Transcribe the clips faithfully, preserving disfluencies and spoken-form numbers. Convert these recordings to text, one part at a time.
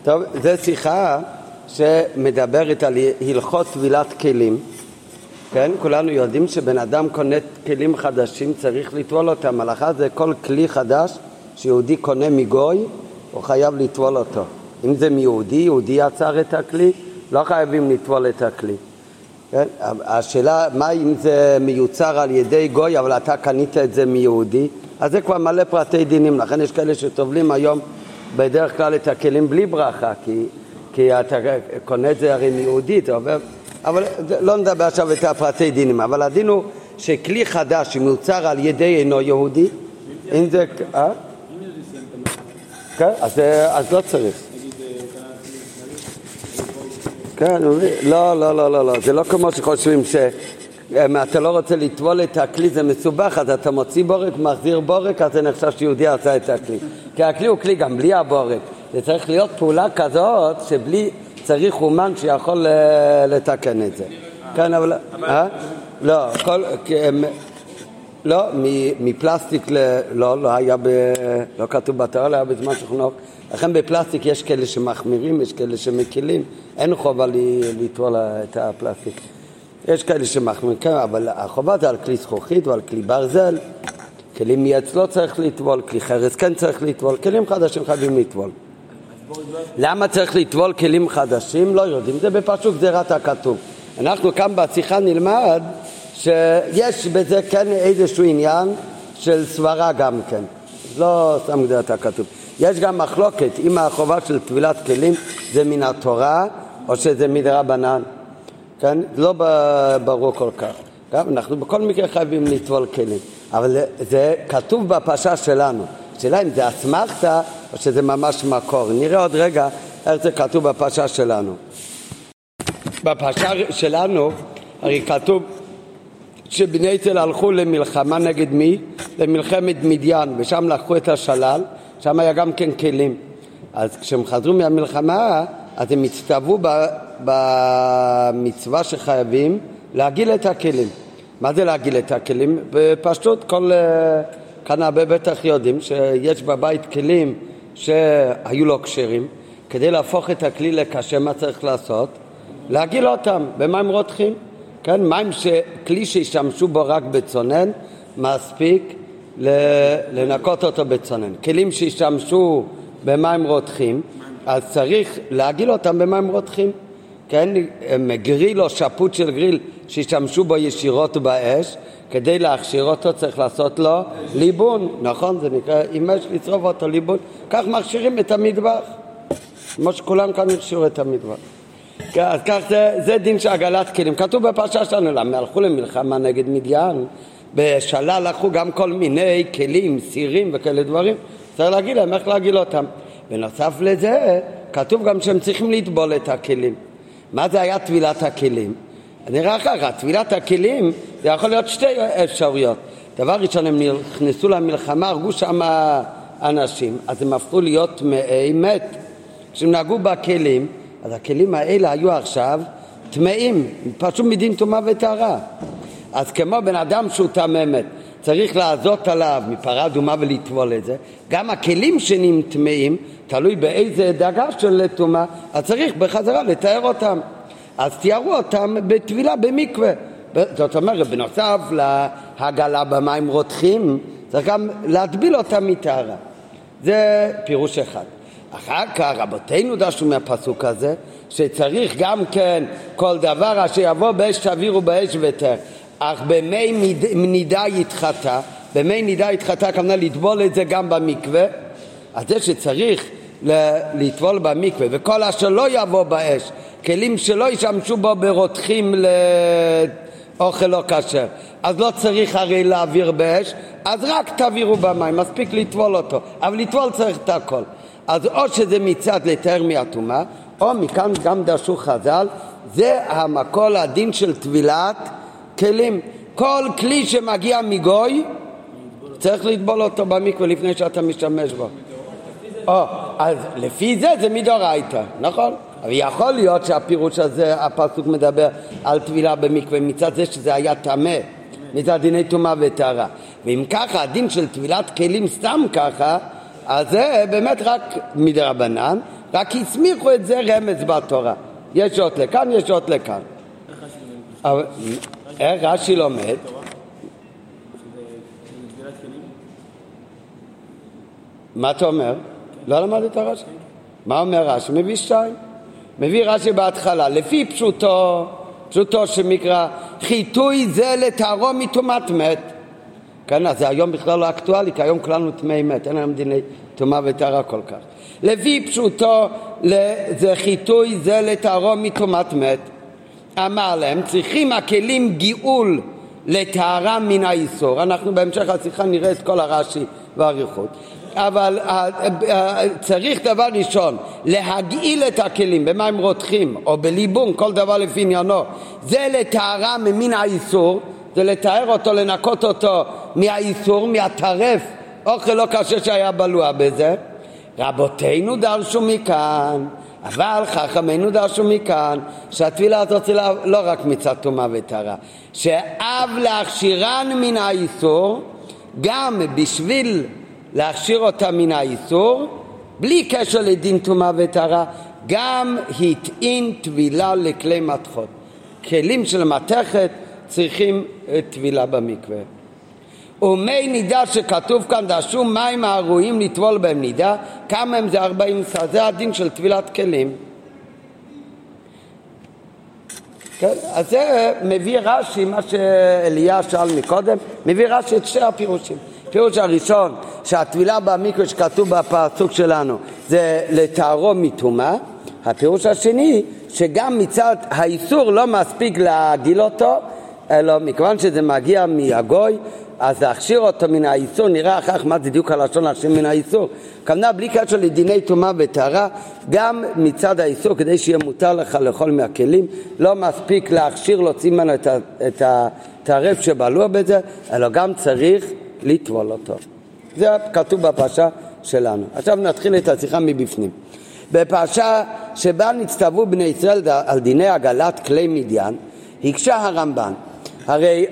טוב, זו שיחה שמדברת על הלכות טבילת כלים. כן, כולנו יודעים שבן אדם קונה כלים חדשים, צריך לטבול אותם. הלכה זה כל כלי חדש שיהודי קונה מגוי, הוא חייב לטבול אותו. אם זה מיהודי, יהודי יצר את הכלי, לא חייבים לטבול את הכלי. כן? השאלה, מה אם זה מיוצר על ידי גוי, אבל אתה קנית את זה מיהודי? אז זה כבר מלא פרטי דינים. לכן יש כאלה שטובלים היום בדרך כלל את הכלים בלי ברכה, כי, כי אתה קונה את זה הרי מיהודי, אתה עובר... אבל לא נדבר עכשיו את הפרטי דינים, אבל הדין הוא שכלי חדש שמיוצר על ידי אינו יהודי, אם זה... אה? כן, אז לא צריך. כן, לא, לא, לא, לא, לא, זה לא כמו שחושבים שאתה לא רוצה לטבול את הכלי, זה מסובך, אז אתה מוציא בורק, מחזיר בורק, אז זה נחשב שיהודי עשה את הכלי. כי הכלי הוא כלי גם בלי הבורק. זה צריך להיות פעולה כזאת שבלי צריך אומן שיכול לתקן את זה. כן, אבל... אה? לא, כל... לא, מפלסטיק לא, לא היה ב... לא כתוב בתורה, לא היה בזמן שכנוך. לכן בפלסטיק יש כאלה שמחמירים, יש כאלה שמקילים, אין חובה לטבול את הפלסטיק. יש כאלה שמחמירים, כן, אבל החובה זה על כלי זכוכית ועל כלי ברזל. כלים מעץ לא צריך לטבול, כלי חרס כן צריך לטבול, כלים חדשים חייבים לטבול. למה צריך לטבול כלים חדשים? לא יודעים, זה בפשוט גזירת הכתוב. אנחנו כאן בשיחה נלמד שיש בזה כן איזשהו עניין של סברה גם כן. לא סתם גזירת הכתוב. יש גם מחלוקת אם החובה של טבילת כלים זה מן התורה או שזה מדרבנן. כן? לא ברור כל כך. גם אנחנו בכל מקרה חייבים לטבול כלים. אבל זה כתוב בפרשה שלנו. שאלה אם זה אסמכתה או שזה ממש מקור. נראה עוד רגע איך זה כתוב בפרשה שלנו. בפרשה שלנו הרי כתוב שבני ישראל הלכו למלחמה נגד מי? למלחמת מדיין, ושם לקחו את השלל, שם היה גם כן כלים. אז כשהם חזרו מהמלחמה, אז הם הצטוו במצווה שחייבים להגיל את הכלים. מה זה להגיל את הכלים? בפשטות כל... כאן הרבה בטח יודעים שיש בבית כלים שהיו לו קשרים. כדי להפוך את הכלי לקשה, מה צריך לעשות? להגיל אותם. במים רותחים? כן, מים שכלי שישמשו בו רק בצונן, מספיק לנקות אותו בצונן. כלים שישמשו במים רותחים, אז צריך להגיל אותם במים רותחים. כן, גריל או שפוט של גריל שישמשו בו ישירות באש, כדי להכשיר אותו צריך לעשות לו ליבון, נכון? זה נקרא, אם יש לצרוב אותו ליבון, כך מכשירים את המטבח, כמו שכולם כאן הכשירו את המטבח. אז כך זה, זה דין של עגלת כלים. כתוב בפרשה שלנו, למה הלכו למלחמה נגד מדיין, בשלל לקחו גם כל מיני כלים, סירים וכאלה דברים, צריך להגיד להם איך להגיל אותם. בנוסף לזה, כתוב גם שהם צריכים לטבול את הכלים. מה זה היה טבילת הכלים? נראה ככה, טבילת הכלים זה יכול להיות שתי אפשרויות. דבר ראשון, הם נכנסו למלחמה, הרגו שם אנשים, אז הם הפכו להיות טמאי מת. כשהם נהגו בכלים, אז הכלים האלה היו עכשיו טמאים, פשוט מדין טומאה וטהרה. אז כמו בן אדם שהוא טמא מת, צריך לעזות עליו מפרה אדומה ולטבול את זה. גם הכלים שנהם טמאים, תלוי באיזה דרגה של טומאה, אז צריך בחזרה לתאר אותם. אז תיארו אותם בטבילה במקווה. זאת אומרת, בנוסף להגלה במים רותחים, צריך גם להטביל אותם מטהרה. זה פירוש אחד. אחר כך רבותינו דרשו מהפסוק הזה, שצריך גם כן כל דבר אשר יבוא באש תעבירו באש ותר. אך במי נידה יתחתה, במי נידה יתחתה כמובן לטבול את זה גם במקווה, אז זה שצריך לטבול במקווה, וכל אשר לא יבוא באש, כלים שלא ישמשו בו ברותחים לאוכל לא כשר, אז לא צריך הרי להעביר באש, אז רק תעבירו במים, מספיק לטבול אותו, אבל לטבול צריך את הכל. אז או שזה מצד לתאר מהטומאה, או מכאן גם דרשו חז"ל, זה המקור הדין של טבילת כלים. כל כלי שמגיע מגוי, צריך לטבול אותו במקווה לפני שאתה משתמש בו. או, אז לפי זה זה מדאורייתא, נכון? אבל יכול להיות שהפירוש הזה, הפסוק מדבר על טבילה במקווה, מצד זה שזה היה טמא, מצד דיני טומאה וטהרה. ואם ככה, הדין של טבילת כלים סתם ככה, אז זה באמת רק מדרבנן, רק הסמיכו את זה רמז בתורה. יש עוד לכאן, יש עוד לכאן. איך רש"י לומד? מה אתה אומר? לא למד את הרש"י? מה אומר רש"י? מביא שתיים. מביא רש"י בהתחלה, לפי פשוטו, פשוטו שמקרא, חיטוי זה לטהרו מטומאת מת. כן, אז זה היום בכלל לא אקטואלי, כי היום כולנו טמאי מת, אין היום דיני טומאה וטהרה כל כך. לפי פשוטו, זה חיטוי זה לטהרו מטומאת מת. אמר להם, צריכים הכלים גיאול לטהרה מן האיסור. אנחנו בהמשך השיחה נראה את כל הרש"י והאריכות. אבל צריך דבר ראשון להגעיל את הכלים במים רותחים או בליבון, כל דבר לפי עניינו, זה לטהרה ממין האיסור, זה לטהר אותו, לנקות אותו מהאיסור, מהטרף, אוכל לא קשה שהיה בלוע בזה. רבותינו דרשו מכאן, אבל חכמינו דרשו מכאן שהתפילה הזאת היא לא רק מצד טומאה וטהרה, שאב להכשירן מן האיסור, גם בשביל להכשיר אותה מן האיסור, בלי קשר לדין טומאה וטהרה, גם התאים טבילה לכלי מתכות. כלים של מתכת צריכים טבילה במקווה. ומי נידה שכתוב כאן, דרשו מים הראויים לטבול בהם נידה, כמה הם? זה ארבעים סע, זה הדין של טבילת כלים. כן? אז זה מביא רש"י, מה שאליה שאל מקודם, מביא רש"י את שתי הפירושים. הפירוש הראשון, שהטבילה במקווה שכתוב בפסוק שלנו זה לטהרו מטומאה. הפירוש השני, שגם מצד האיסור לא מספיק להגיל אותו, אלא מכיוון שזה מגיע מהגוי, אז להכשיר אותו מן האיסור. נראה אחר כך מה זה דיוק הלשון להכשיר מן האיסור. כמובן בלי קשר לדיני טומאה וטהרה, גם מצד האיסור, כדי שיהיה מותר לך לאכול מהכלים, לא מספיק להכשיר להוציא ממנו את, את הטרף שבלוע בזה, אלא גם צריך לטבול אותו. זה כתוב בפרשה שלנו. עכשיו נתחיל את השיחה מבפנים. בפרשה שבה נצטוו בני ישראל על דיני הגלת כלי מדיין, הקשה הרמב"ן. הרי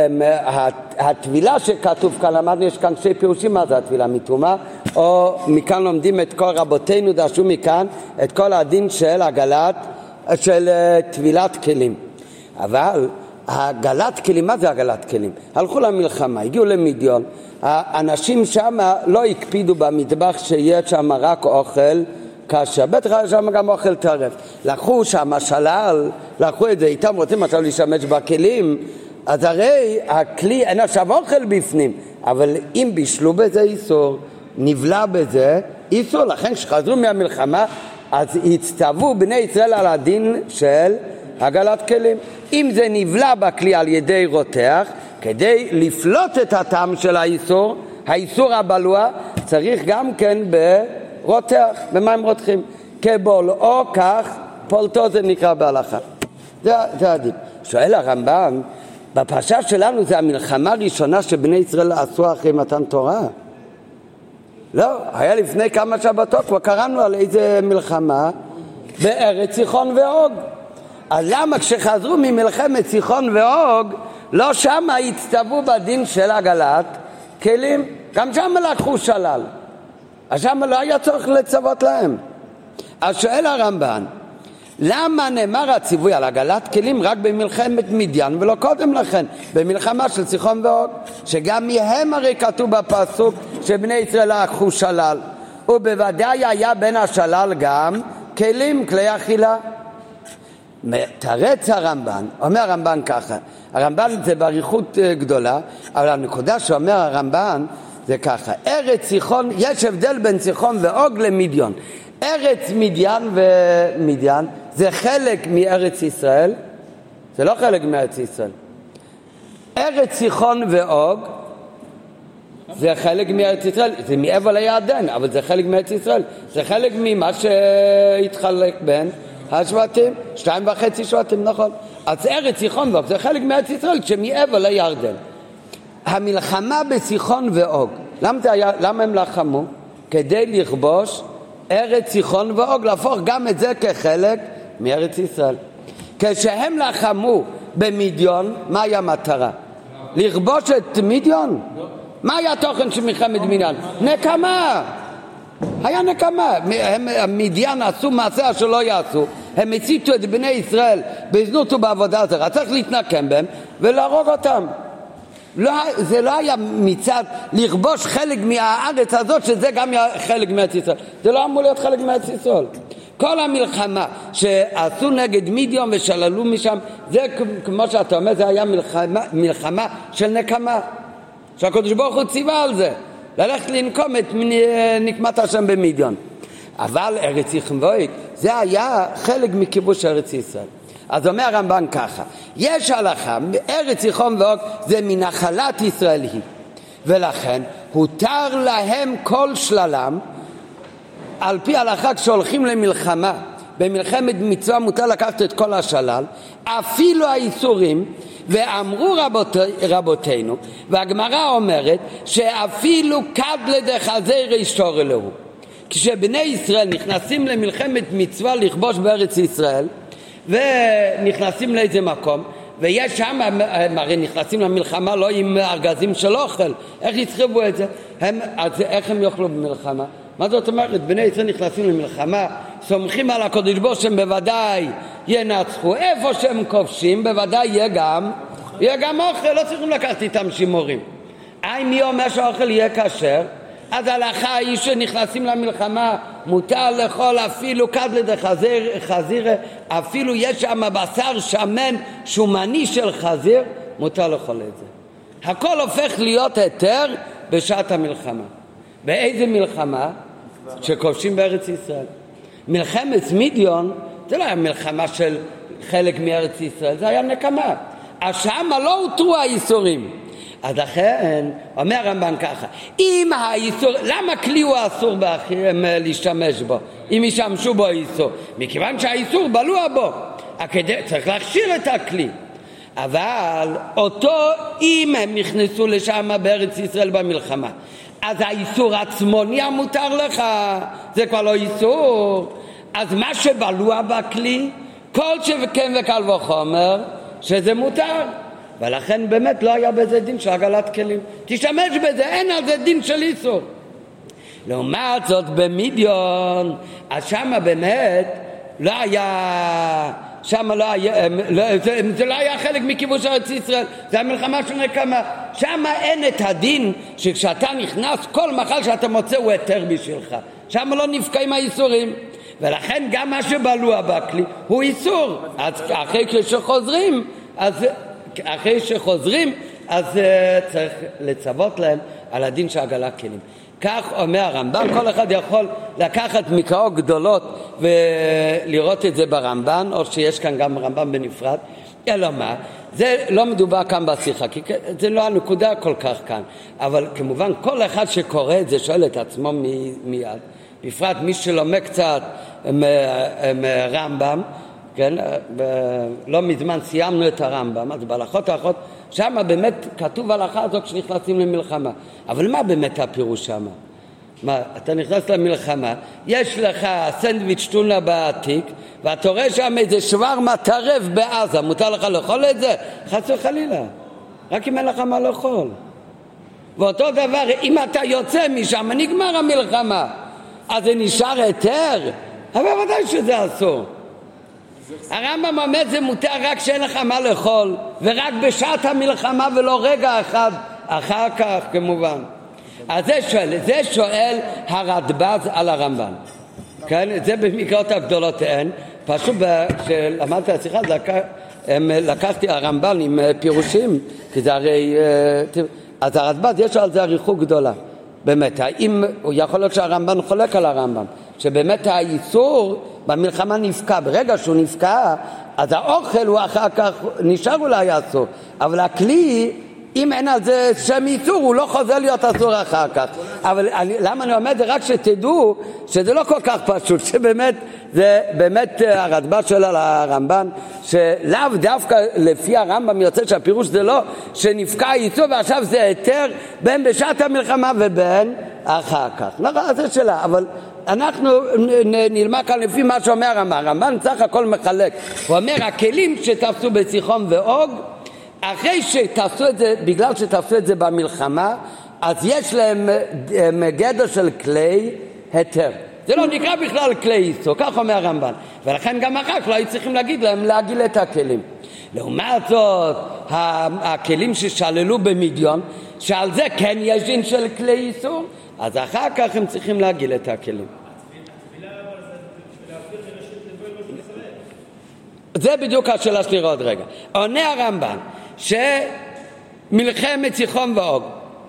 הטבילה שכתוב כאן, למדנו, יש כאן שתי פירושים מה זה הטבילה מטומאה, או מכאן לומדים את כל רבותינו דרשו מכאן את כל הדין של הגלת, של טבילת כלים. אבל הגלת כלים, מה זה הגלת כלים? הלכו למלחמה, הגיעו למדיון, האנשים שם לא הקפידו במטבח שיש שם רק אוכל קשה, בטח היה שם גם אוכל טרף. לקחו שם שלל, לקחו את זה איתם, רוצים עכשיו להשתמש בכלים, אז הרי הכלי אין עכשיו אוכל בפנים, אבל אם בישלו בזה איסור, נבלע בזה איסור, לכן שחזרו מהמלחמה, אז הצטוו בני ישראל על הדין של הגלת כלים. אם זה נבלע בכלי על ידי רותח, כדי לפלוט את הטעם של האיסור, האיסור הבלוע, צריך גם כן ברותח, במים רותחים. כבול או כך, פולטו זה נקרא בהלכה. זה, זה הדין. שואל הרמב"ם, בפרשה שלנו זה המלחמה הראשונה שבני ישראל עשו אחרי מתן תורה? לא, היה לפני כמה שבתות, כבר קראנו על איזה מלחמה בארץ סיחון ואוג. אז למה כשחזרו ממלחמת סיחון ואוג, לא שמה הצטוו בדין של הגלת כלים? גם שמה לקחו שלל. אז שמה לא היה צורך לצוות להם. אז שואל הרמב"ן, למה נאמר הציווי על הגלת כלים רק במלחמת מדיין ולא קודם לכן במלחמה של סיחון ואוג, שגם מהם הרי כתוב בפסוק שבני ישראל לקחו שלל, ובוודאי היה בין השלל גם כלים, כלי אכילה. תרץ הרמב"ן, אומר הרמב"ן ככה, הרמב"ן זה בעריכות גדולה, אבל הנקודה שאומר הרמב"ן זה ככה, ארץ סיחון, יש הבדל בין סיחון ואוג למדיין. ארץ מדיין ומדיין זה חלק מארץ ישראל, זה לא חלק מארץ ישראל. ארץ סיחון ואוג זה חלק מארץ ישראל, זה מעבר לירדן, אבל זה חלק מארץ ישראל, זה חלק ממה שהתחלק בין השבטים, שתיים וחצי שבטים, נכון. אז ארץ סיחון ואוג זה חלק מארץ ישראל שמעבר לירדן. המלחמה בסיחון ואוג, למה, היה, למה הם לחמו? כדי לכבוש ארץ סיחון ואוג, להפוך גם את זה כחלק מארץ ישראל. כשהם לחמו במדיון, מה היה המטרה? לכבוש את מדיון? מה היה התוכן של מלחמת מדיין? נקמה. היה נקמה. מדיין עשו מעשה שלא יעשו, הם הציתו את בני ישראל בזנות ובעבודה זרה, צריך להתנקם בהם ולהרוג אותם. לא, זה לא היה מצד לכבוש חלק מהארץ הזאת שזה גם חלק מארץ ישראל, זה לא אמור להיות חלק מארץ ישראל. כל המלחמה שעשו נגד מידיון ושללו משם, זה כמו שאתה אומר, זה היה מלחמה, מלחמה של נקמה, שהקדוש ברוך הוא ציווה על זה, ללכת לנקום את נקמת השם במידיון. אבל ארץ יחמבויק זה היה חלק מכיבוש ארץ ישראל. אז אומר הרמב"ן ככה, יש הלכה, ארץ יחמבויק זה מנחלת ישראל היא, ולכן הותר להם כל שללם. על פי ההלכה כשהולכים למלחמה, במלחמת מצווה מותר לקחת את כל השלל, אפילו האיסורים, ואמרו רבותי, רבותינו, והגמרא אומרת שאפילו קדלה דחזיר ישתור אלוהו. כשבני ישראל נכנסים למלחמת מצווה לכבוש בארץ ישראל, ונכנסים לאיזה מקום, ויש שם, הם הרי נכנסים למלחמה לא עם ארגזים של אוכל, איך יצחבו את זה? הם, אז איך הם יאכלו במלחמה? מה זאת אומרת? בני ישראל נכנסים למלחמה, סומכים על הקדוש ברוך הוא שהם בוודאי ינצחו, איפה שהם כובשים בוודאי יהיה גם, יהיה גם אוכל, לא צריכים לקחת איתם שימורים. אי מי אומר שהאוכל יהיה כשר? אז ההלכה היא שנכנסים למלחמה, מותר לאכול אפילו קדלה דחזיר, חזיר, אפילו יש שם בשר שמן שומני של חזיר, מותר לאכול את זה. הכל הופך להיות היתר בשעת המלחמה. באיזה מלחמה? שכובשים בארץ ישראל. מלחמת מידיון זה לא היה מלחמה של חלק מארץ ישראל, זה היה נקמה. אז שמה לא הותרו האיסורים. אז לכן אומר הרמב"ן ככה, אם האיסור, למה כלי הוא אסור באחרים להשתמש בו אם ישמשו בו איסור? מכיוון שהאיסור בלוע בו, הכדי, צריך להכשיר את הכלי. אבל אותו אם הם נכנסו לשם בארץ ישראל במלחמה, אז האיסור עצמו נהיה מותר לך, זה כבר לא איסור. אז מה שבלוע בכלי, כל שכן וקל וחומר שזה מותר, ולכן באמת לא היה בזה דין של עגלת כלים. תשתמש בזה, אין על זה דין של איסור. לעומת זאת במידיון, אז שמה באמת לא היה, שמה לא היה, לא, זה, זה לא היה חלק מכיבוש ארץ ישראל, זה המלחמה של נקמה. שמה אין את הדין שכשאתה נכנס כל מחל שאתה מוצא הוא היתר בשבילך, שמה לא נפקעים האיסורים, ולכן גם מה שבלוע בכלי הוא איסור. אז אחרי שחוזרים אז אחרי שחוזרים אז uh, צריך לצוות להם על הדין של עגלת כלים. כך אומר הרמב"ן, כל אחד יכול לקחת מקראות גדולות ולראות את זה ברמב"ן, או שיש כאן גם רמב"ן בנפרד. אלא מה? זה לא מדובר כאן בשיחה, כי זה לא הנקודה כל כך כאן. אבל כמובן כל אחד שקורא את זה שואל את עצמו מיד, בפרט מי שלומד קצת מרמב"ם, כן? לא מזמן סיימנו את הרמב"ם, אז בהלכות האחרות שם באמת כתוב הלכה הזאת כשנכנסים למלחמה. אבל מה באמת הפירוש שם? מה, אתה נכנס למלחמה, יש לך סנדוויץ' טונה בעתיק, ואתה רואה שם איזה שווארמה טרף בעזה, מותר לך לאכול את זה? חס וחלילה, רק אם אין לך מה לאכול. ואותו דבר, אם אתה יוצא משם, נגמר המלחמה, אז זה נשאר היתר? אבל ודאי שזה אסור. הרמב"ם אומר זה מותר רק שאין לך מה לאכול, ורק בשעת המלחמה ולא רגע אחד אחר כך כמובן. אז זה שואל, זה שואל הרדב"ז על הרמב"ן, כן? זה במקראות הגדולות אין, פשוט כשלמדתי השיחה לקחתי הרמב"ן עם פירושים, כי זה הרי, אז הרדב"ז יש על זה עריכות גדולה. באמת, האם הוא יכול להיות שהרמב"ן חולק על הרמב"ם, שבאמת האיסור במלחמה נפקע, ברגע שהוא נפקע אז האוכל הוא אחר כך נשאר אולי אסור, אבל הכלי אם אין על זה שם איסור הוא לא חוזר להיות אסור אחר כך. אבל אני, למה אני אומר זה? רק שתדעו שזה לא כל כך פשוט, שבאמת זה באמת הרדב"ז שואל על הרמב"ן שלאו דווקא לפי הרמב"ם יוצא שהפירוש זה לא שנפקע איסור ועכשיו זה היתר בין בשעת המלחמה ובין אחר כך. נכון, זה שאלה, אבל אנחנו נלמד כאן לפי מה שאומר הרמב"ן. הרמב"ן צריך הכל מחלק, הוא אומר הכלים שתפסו בסיחון ואוג, אחרי שתפסו את זה, בגלל שתפסו את זה במלחמה, אז יש להם גדר של כלי היתר. זה לא נקרא בכלל כלי איסור, כך אומר הרמב"ן. ולכן גם אחר כך לא היו צריכים להגיד להם להגיל את הכלים. לעומת זאת, הכלים ששללו במדיון, שעל זה כן יש דין של כלי איסור, אז אחר כך הם צריכים להגיל את הכלים. זה בדיוק השאלה שלי עוד רגע. עונה הרמב"ן שמלחמת סיחון ואוג,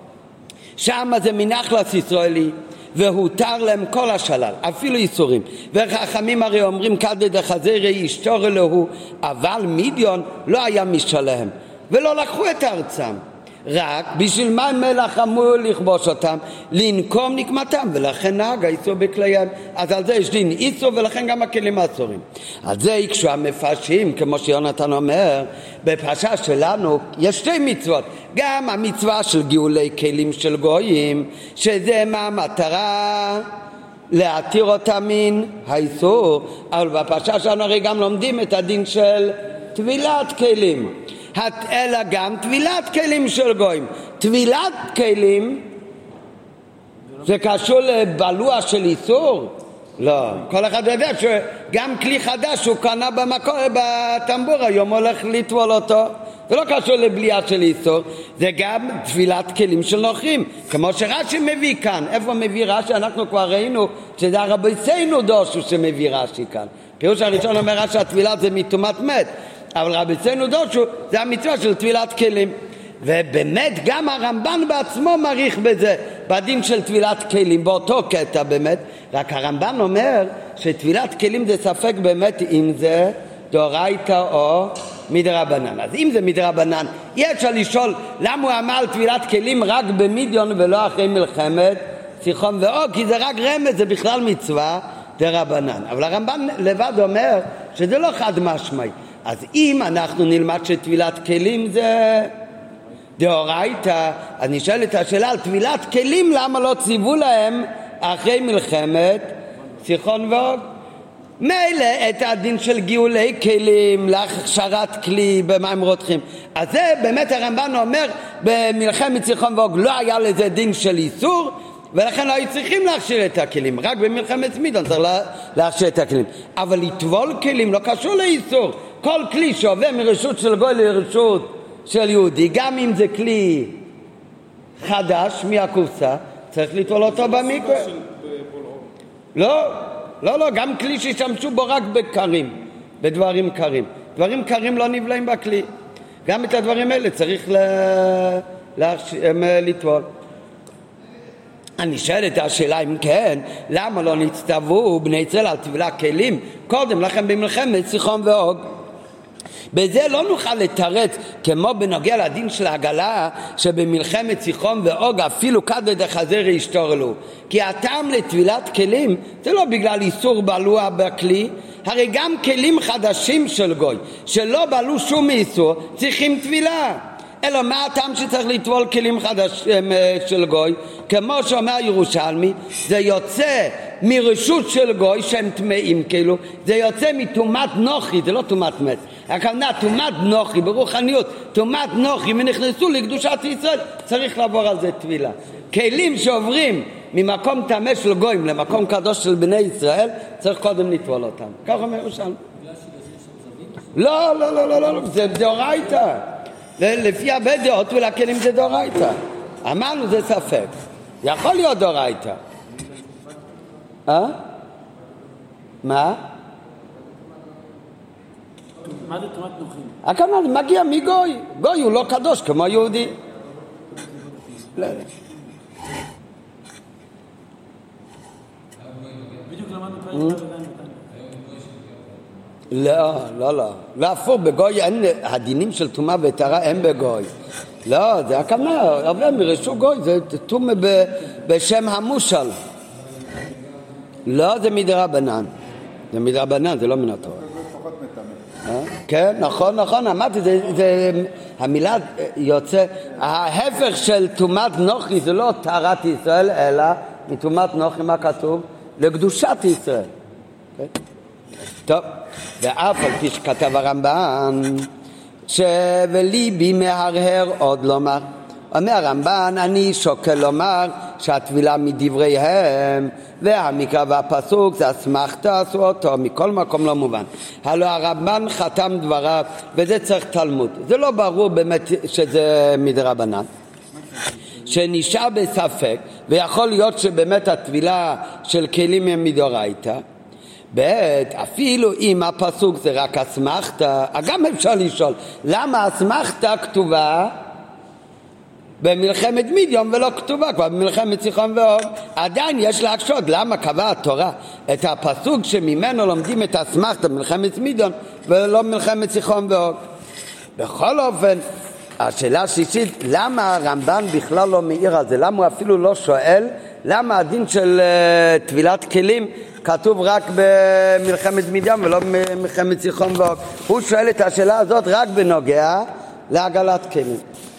שם זה מנחלת ישראלי, והותר להם כל השלל, אפילו איסורים. וחכמים הרי אומרים כדי דחזירי ישתור אלוהו, אבל מדיון לא היה משלהם, ולא לקחו את ארצם. רק בשביל מה מלך אמור לכבוש אותם? לנקום נקמתם, ולכן נהג האיסור בכליהם. אז על זה יש דין איסור, ולכן גם הכלים האסורים. על זה יקשו המפרשים, כמו שיונתן אומר, בפרשה שלנו יש שתי מצוות. גם המצווה של גאולי כלים של גויים, שזה מה המטרה? להתיר אותם מן האיסור. אבל בפרשה שלנו הרי גם לומדים את הדין של טבילת כלים. אלא גם טבילת כלים של גויים. טבילת כלים זה קשור לבלוע של איסור? לא. כל אחד יודע שגם כלי חדש שהוא קנה במקור, בטמבור, היום הולך לטבול אותו. זה לא קשור לבליעה של איסור, זה גם טבילת כלים של נוכרים, כמו שרש"י מביא כאן. איפה מביא רש"י? אנחנו כבר ראינו שזה הרביצנו דושו שמביא רש"י כאן. פירוש הראשון אומר רש"י הטבילת זה מטומאת מת, אבל רביצנו דושו זה המצווה של טבילת כלים. ובאמת גם הרמב"ן בעצמו מעריך בזה, בדין של טבילת כלים, באותו קטע באמת. רק הרמב"ן אומר שטבילת כלים זה ספק באמת אם זה דאורייתא או מדרבנן. אז אם זה מדרבנן, יהיה אפשר לשאול למה הוא אמר טבילת כלים רק במדיון ולא אחרי מלחמת סיחון ואוג, כי זה רק רמז, זה בכלל מצווה דרבנן. אבל הרמב"ן לבד אומר שזה לא חד משמעי. אז אם אנחנו נלמד שטבילת כלים זה דאורייתא, אז נשאל את השאלה על טבילת כלים, למה לא ציוו להם אחרי מלחמת סיחון ואוג? מילא את הדין של גאולי כלים, להכשרת כלי במים רותחים. אז זה באמת הרמב"ן אומר במלחמת סיחון ואוג לא היה לזה דין של איסור, ולכן לא היו צריכים להכשיר את הכלים, רק במלחמת מדון צריך להכשיר את הכלים. אבל לטבול כלים לא קשור לאיסור. כל כלי שעובר מרשות של גוי לרשות של יהודי, גם אם זה כלי חדש מהקופסה, צריך לטבול אותו במקווה. לא, לא, לא, גם כלי שישמשו בו רק בקרים, בדברים קרים. דברים קרים לא נבלעים בכלי. גם את הדברים האלה צריך לטבול. אני שואל את השאלה אם כן, למה לא נצטוו בני ישראל על טבילה כלים קודם לכן במלחמת סיחון ואוג? בזה לא נוכל לתרץ כמו בנוגע לדין של העגלה שבמלחמת סיחון ואוג אפילו כדי דחזירי ישתורלו, כי הטעם לטבילת כלים זה לא בגלל איסור בלוע בכלי, הרי גם כלים חדשים של גוי שלא בלו שום איסור צריכים טבילה. אלא מה הטעם שצריך לטבול כלים חדשים של גוי? כמו שאומר ירושלמי, זה יוצא מרשות של גוי שהם טמאים, כאילו זה יוצא מטומאת נוחי, זה לא טומאת מת, הכוונה טומאת נוחי ברוחניות, טומאת נוחי ונכנסו לקדושת ישראל, צריך לעבור על זה טבילה. כלים שעוברים ממקום טמא של גויים למקום קדוש של בני ישראל, צריך קודם לטבול אותם. כך אומר ירושלמי. לא, לא, לא, לא, לא, זה דאורייתא. לפי הרבה דעות ולכלים זה דאורייתא. אמרנו זה ספק, יכול להיות דאורייתא. אה? מה? מה זה טומאת נוחים? הכוונה מגיע מגוי, גוי הוא לא קדוש כמו יהודי. לא, לא. בדיוק למדנו פרק לא, לא, לא. להפוך בגוי, אין, הדינים של טומאה וטהרה אין בגוי. לא, זה הכוונה, הרבה מרשות גוי, זה טומאה בשם המושל. לא, זה מדרבנן. זה מדרבנן, זה לא מן התורה. כן, נכון, נכון, אמרתי, המילה יוצא, ההפך של טומאת נוחי זה לא טהרת ישראל, אלא מטומאת נוחי, מה כתוב? לקדושת ישראל. טוב, ואף על פי שכתב הרמב"ן שווליבי מהרהר עוד לומר, אומר הרמב"ן אני שוקל לומר שהטבילה מדבריהם, והמקרא והפסוק זה אסמכתא עשו אותו, מכל מקום לא מובן. הלא הרמב"ן חתם דבריו, וזה צריך תלמוד. זה לא ברור באמת שזה מדרבנן. שנשאר בספק, ויכול להיות שבאמת הטבילה של כלים הם מדאורייתא. ב' אפילו אם הפסוק זה רק אסמכתא, גם אפשר לשאול, למה אסמכתא כתובה במלחמת מדיין ולא כתובה כבר במלחמת סיחון ואוג? עדיין יש להקשות, למה קבעה התורה את הפסוק שממנו לומדים את אסמכתא במלחמת מדיין ולא במלחמת סיחון ואוג? בכל אופן, השאלה השישית, למה הרמב"ן בכלל לא מעיר על זה? למה הוא אפילו לא שואל למה הדין של uh, טבילת כלים כתוב רק במלחמת מדיין ולא במלחמת סיחון ואוג? הוא שואל את השאלה הזאת רק בנוגע לעגלת כלים.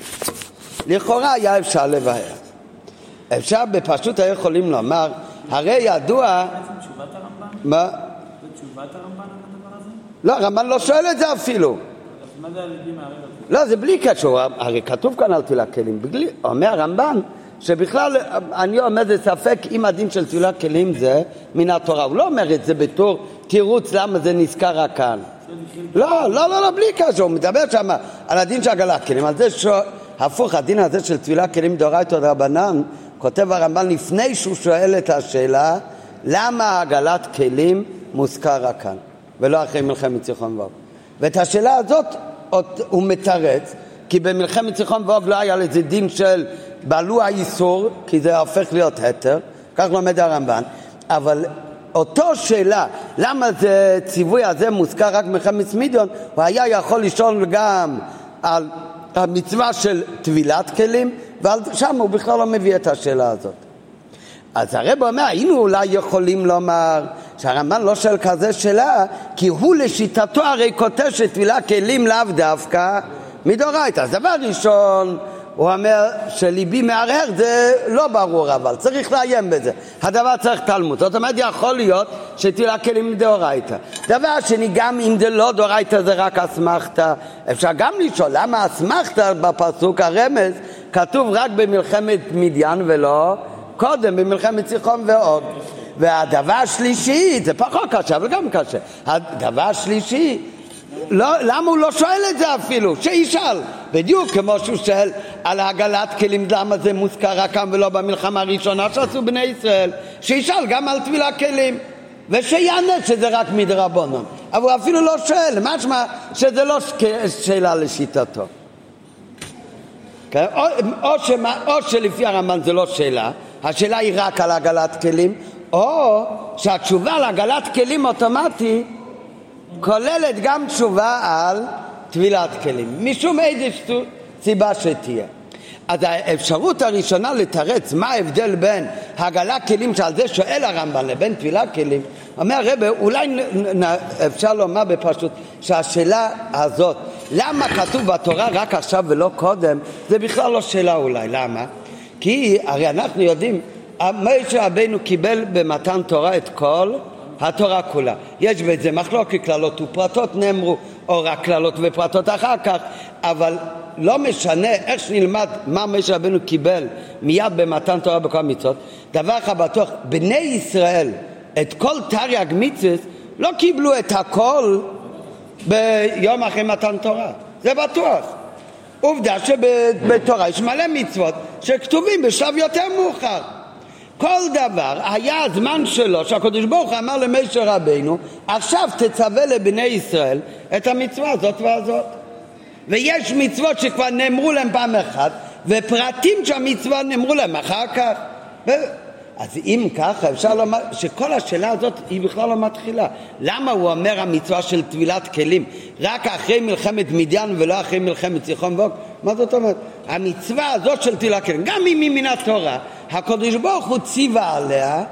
לכאורה היה אפשר לבאר, אפשר בפשוט היה יכולים לומר, הרי ידוע... זה תשובת הרמב"ן? מה? זה תשובת הרמב"ן על הדבר הזה? לא, הרמב"ן לא שואל את זה אפילו. מה זה הליבי מערב? לא, זה בלי קשור, הרי כתוב כאן על טבילת כלים. בגלי, אומר הרמב"ן שבכלל אני אומר זה ספק אם הדין של טבילת כלים זה מן התורה. הוא לא אומר את זה בתור תירוץ למה זה נזכר רק כאן. לא, לא, לא, לא, בלי קשור. הוא מדבר שם על הדין של עגלת כלים, על זה שואל... הפוך, הדין הזה של טבילת כלים דאורייתא דרבנן, כותב הרמב"ן לפני שהוא שואל את השאלה למה עגלת כלים מוזכר רק כאן ולא אחרי מלחמת סיחון ואוג. ואת השאלה הזאת הוא מתרץ, כי במלחמת סיחון ואוג לא היה לזה דין של בעלו האיסור, כי זה הופך להיות היתר, כך לומד הרמב"ן. אבל אותו שאלה למה זה ציווי הזה מוזכר רק במלחמת מדיין, הוא היה יכול לשאול גם על המצווה של טבילת כלים, ועל שם הוא בכלל לא מביא את השאלה הזאת. אז הרב אומר, היינו אולי יכולים לומר שהרמב"ן לא שואל כזה שאלה, כי הוא לשיטתו הרי כותב שטבילת כלים לאו דווקא מדאורייתא. אז דבר ראשון, הוא אומר שליבי מערער, זה לא ברור, אבל צריך לעיין בזה. הדבר צריך תלמוד. זאת אומרת, יכול להיות שטבילת כלים מדאורייתא. דבר שני, גם אם זה לא דאורייתא זה רק אסמכתא, אפשר גם לשאול למה אסמכתא בפסוק הרמז כתוב רק במלחמת מדיין ולא קודם במלחמת סיחון ואוג. והדבר השלישי, זה פחות קשה אבל גם קשה, הדבר השלישי, לא, למה הוא לא שואל את זה אפילו? שישאל, בדיוק כמו שהוא שואל על העגלת כלים, למה זה מוזכר רק כאן ולא במלחמה הראשונה שעשו בני ישראל, שישאל גם על טבילת כלים ושיענה שזה רק מדרבנן. אבל הוא אפילו לא שואל, משמע שזה לא שאלה לשיטתו. או, או, שמה, או שלפי הרמב"ן זה לא שאלה, השאלה היא רק על עגלת כלים, או שהתשובה על עגלת כלים אוטומטי כוללת גם תשובה על טבילת כלים, משום איזו סיבה שתהיה. אז האפשרות הראשונה לתרץ מה ההבדל בין עגלת כלים שעל זה שואל הרמב"ן לבין טבילת כלים, אומר הרב, אולי אפשר לומר בפשוט שהשאלה הזאת למה כתוב בתורה רק עכשיו ולא קודם, זה בכלל לא שאלה אולי. למה? כי הרי אנחנו יודעים משה רבנו קיבל במתן תורה את כל התורה כולה. יש בזה מחלוקת, כללות ופרטות נאמרו, או רק כללות ופרטות אחר כך, אבל לא משנה איך שנלמד מה משה רבנו קיבל מיד במתן תורה בכל המצוות. דבר אחד בטוח, בני ישראל את כל תרי"ג מצוות לא קיבלו את הכל ביום אחרי מתן תורה, זה בטוח. עובדה שבתורה יש מלא מצוות שכתובים בשלב יותר מאוחר. כל דבר היה הזמן שלו שהקדוש ברוך הוא אמר למשה רבנו, עכשיו תצווה לבני ישראל את המצווה הזאת והזאת. ויש מצוות שכבר נאמרו להם פעם אחת, ופרטים שהמצווה נאמרו להם אחר כך. ו... אז אם ככה אפשר לומר שכל השאלה הזאת היא בכלל לא מתחילה. למה הוא אומר המצווה של טבילת כלים רק אחרי מלחמת מדיין ולא אחרי מלחמת סיחון ואוג? מה זאת אומרת? המצווה הזאת של טבילת כלים, גם אם היא מן התורה, הקדוש ברוך הוא ציווה עליה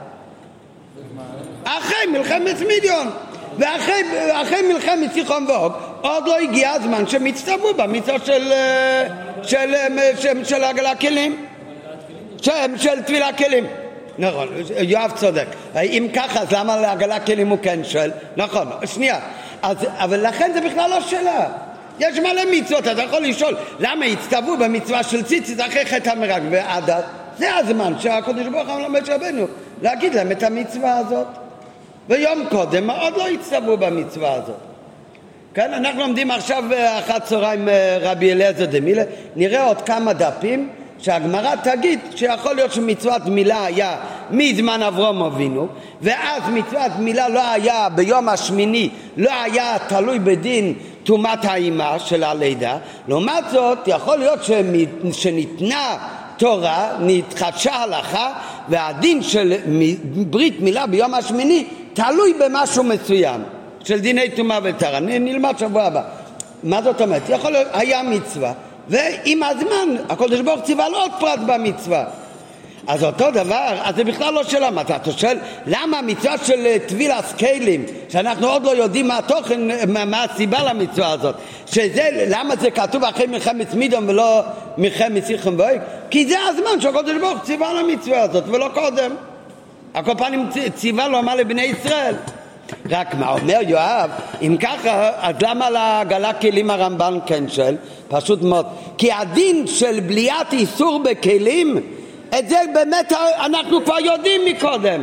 אחרי מלחמת מדיין ואחרי אחרי מלחמת סיחון ואוג עוד לא הגיע הזמן שמצטוו במצווה של של של, של עגלת כלים, של, של טבילת כלים. נכון, יואב צודק. אם ככה, אז למה לעגלת כלים הוא כן שואל? נכון, שנייה. אז, אבל לכן זה בכלל לא שאלה. יש מלא מצוות, אתה יכול לשאול, למה הצטוו במצווה של ציצית אחרי חטא המרגל ועדת? זה הזמן שהקדוש ברוך הוא למשה רבנו להגיד להם את המצווה הזאת. ויום קודם עוד לא הצטוו במצווה הזאת. כן, אנחנו לומדים עכשיו אחת צהריים רבי אליעזר דמילה, נראה עוד כמה דפים שהגמרא תגיד שיכול להיות שמצוות מילה היה מזמן אברהם אבינו, ואז מצוות מילה לא היה ביום השמיני, לא היה תלוי בדין תומת האימה של הלידה. לעומת זאת יכול להיות שניתנה תורה, נתחדשה הלכה, והדין של ברית מילה ביום השמיני תלוי במשהו מסוים של דיני תומה וטהרה. נלמד שבוע הבא. מה זאת אומרת? יכול להיות היה מצווה, ועם הזמן הקדוש ברוך הוא ציווה על עוד פרט במצווה. אז אותו דבר, אז זה בכלל לא שאלה. מה אתה שואל, למה המצווה של טבילת כלים, שאנחנו עוד לא יודעים מה התוכן, מה, מה הסיבה למצווה הזאת, שזה, למה זה כתוב אחרי מלחמת מידום ולא מלחמת סיחם ואוג? כי זה הזמן שהקדוש ברוך הוא ציווה על המצווה הזאת ולא קודם. הכל פעמים ציווה לו מה לבני ישראל. רק מה אומר יואב, אם ככה, אז למה לעגלה כלים הרמב"ן כן של? פשוט מאוד, כי הדין של בליעת איסור בכלים, את זה באמת אנחנו כבר יודעים מקודם.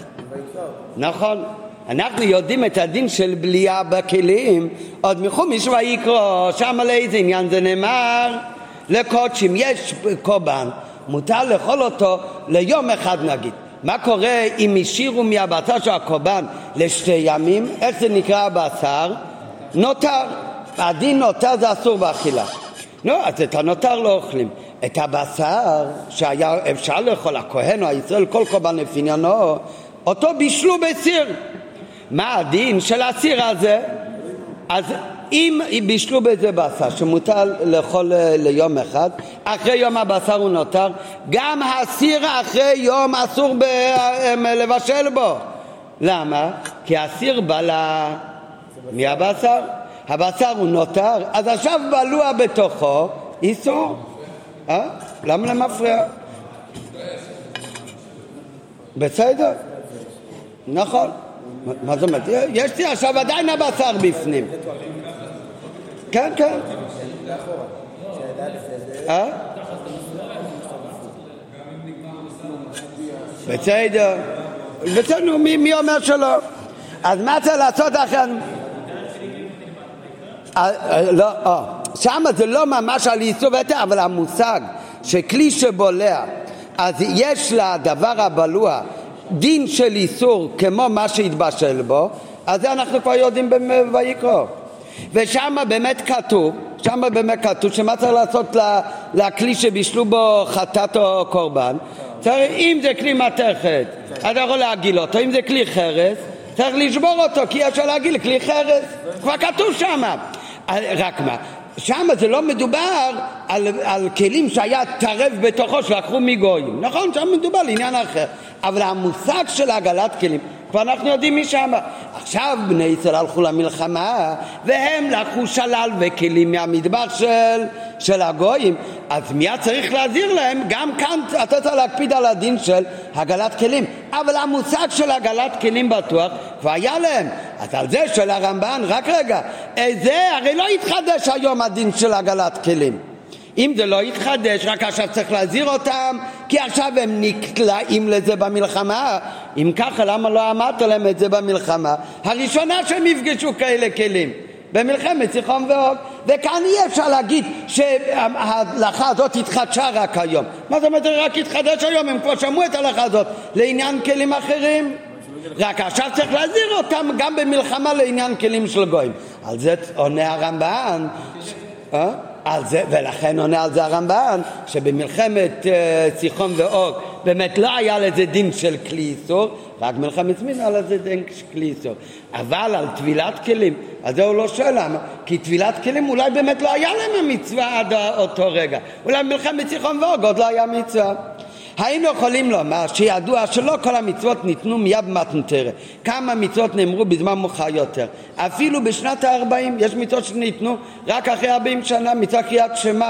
נכון, אנחנו יודעים את הדין של בליעה בכלים עוד מחומש ויקרא, שם על איזה עניין זה נאמר לקודשים. יש קורבן, מותר לאכול אותו ליום אחד נגיד. מה קורה אם השאירו מהבשר של הקורבן לשתי ימים? איך זה נקרא הבשר? נותר. הדין נותר זה אסור באכילה. לא, אז את הנותר לא אוכלים. את הבשר שהיה אפשר לאכול, הכהן או הישראל, כל קורבן לפי עניינו, אותו בישלו בסיר. מה הדין של הסיר הזה? אז אם בישלו בזה בשר שמותר לאכול ליום אחד, אחרי יום הבשר הוא נותר, גם הסיר אחרי יום אסור ב- לבשל בו. למה? כי הסיר בלה מהבשר, הבשר הוא נותר, אז עכשיו בלוע בתוכו איסור. אה? למה למפריע? בסדר, נכון. מה זאת אומרת? יש לי עכשיו עדיין הבשר בפנים. כן, כן. אה? בסדר. בסדר, מי, מי אומר שלא? אז מה צריך לעשות אחרי? לא, אה. שם זה לא ממש על איסור והיתר, אבל המושג שכלי שבולע, אז יש לדבר הבלוע דין של איסור כמו מה שהתבשל בו, אז זה אנחנו כבר יודעים ויקרא. ושם באמת כתוב, שם באמת כתוב שמה צריך לעשות לכלי שבישלו בו חטאת או קורבן. צריך, אם זה כלי מתכת, אתה יכול להגיל אותו, אם זה כלי חרס, צריך לשבור אותו, כי אפשר להגיל כלי חרס, כבר כתוב שם. רק מה? שם זה לא מדובר על, על כלים שהיה טרף בתוכו שלקחו מגויים, נכון? שם מדובר על עניין אחר, אבל המושג של עגלת כלים כבר אנחנו יודעים משם. עכשיו בני ישראל הלכו למלחמה והם לקחו שלל וכלים מהמדבר של, של הגויים, אז מיד צריך להזהיר להם, גם כאן אתה צריך להקפיד על הדין של עגלת כלים, אבל המושג של עגלת כלים בטוח כבר היה להם. אז על זה של הרמב"ן, רק רגע, זה הרי לא יתחדש היום הדין של עגלת כלים. אם זה לא יתחדש, רק עכשיו צריך להזהיר אותם, כי עכשיו הם נקלעים לזה במלחמה. אם ככה, למה לא אמרת להם את זה במלחמה הראשונה שהם יפגשו כאלה כלים? במלחמת סיחון ואוג. וכאן אי אפשר להגיד שההלכה הזאת התחדשה רק היום. מה זאת אומרת רק התחדש היום? הם כבר שמעו את ההלכה הזאת לעניין כלים אחרים, רק עכשיו צריך להזהיר אותם גם במלחמה לעניין כלים של גויים. על זה עונה הרמב"ן, אה? על זה, ולכן עונה על זה הרמב"ן שבמלחמת uh, סיחון ואוג באמת לא היה לזה דין של כלי איסור, רק מלחמת סמין היה לזה דין של כלי איסור. אבל על טבילת כלים, אז זה הוא לא שואל למה, כי טבילת כלים אולי באמת לא היה להם המצווה עד אותו רגע, אולי מלחמת סיחון ואוג עוד לא היה מצווה. היינו יכולים לומר שידוע שלא כל המצוות ניתנו מיד במתנתרא. כמה מצוות נאמרו בזמן מאוחר יותר, אפילו בשנת ה-ארבעים יש מצוות שניתנו רק אחרי ארבעים שנה. מצווה קריאת שמע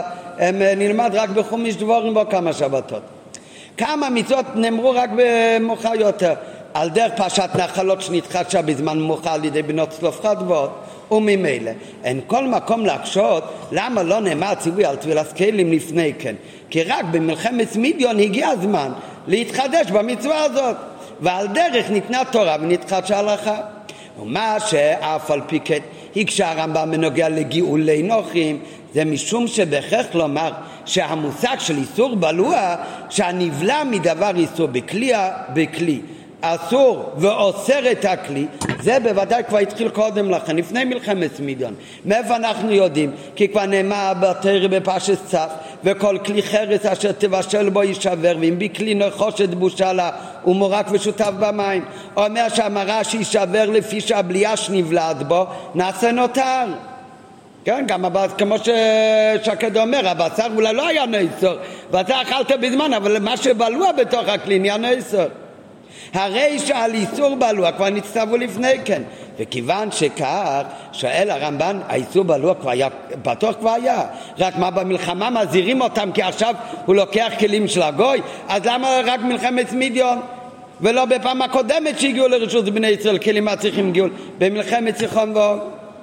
נלמד רק בחומש דבורים בו כמה שבתות. כמה מצוות נאמרו רק במאוחר יותר, על דרך פרשת נחלות שנתחדשה בזמן מאוחר על ידי בנות צלופחד ועוד. וממילא אין כל מקום להקשות למה לא נאמר ציווי על טבילת כלים לפני כן, כי רק במלחמת מדיון הגיע הזמן להתחדש במצווה הזאת, ועל דרך ניתנה תורה ונתחדשה הלכה. ומה שאף על פי כן הקשה הרמב"ם בנוגע לגאולי נוכרים, זה משום שבהכרח לומר שהמושג של איסור בלוע שהנבלע מדבר איסור בכלי, בכלי אסור ואוסר את הכלי, זה בוודאי כבר התחיל קודם לכן, לפני מלחמת מדיון. מאיפה אנחנו יודעים? כי כבר נאמר בתורה בפרשת צח, וכל כלי חרס אשר תבשל בו יישבר, ואם בכלי נחושת בושה לה ומורק ושותף במים. אומר שהמרה שישבר לפי שהבליעה שנבלעת בו נעשה נותר. כן, גם כמו ששקד אומר, הבשר אולי לא היה נאסור, ואתה אכלת בזמן, אבל מה שבלוע בתוך הכלי נהיה נאסור. הרי שעל איסור בלוע כבר נצטוו לפני כן, וכיוון שכך שואל הרמב"ן, האיסור בלוע כבר היה, בטוח כבר היה, רק מה במלחמה מזהירים אותם כי עכשיו הוא לוקח כלים של הגוי, אז למה רק מלחמת מדיון ולא בפעם הקודמת שהגיעו לרשות בני ישראל כלים מצריכים גיול במלחמת סיחון ואוג?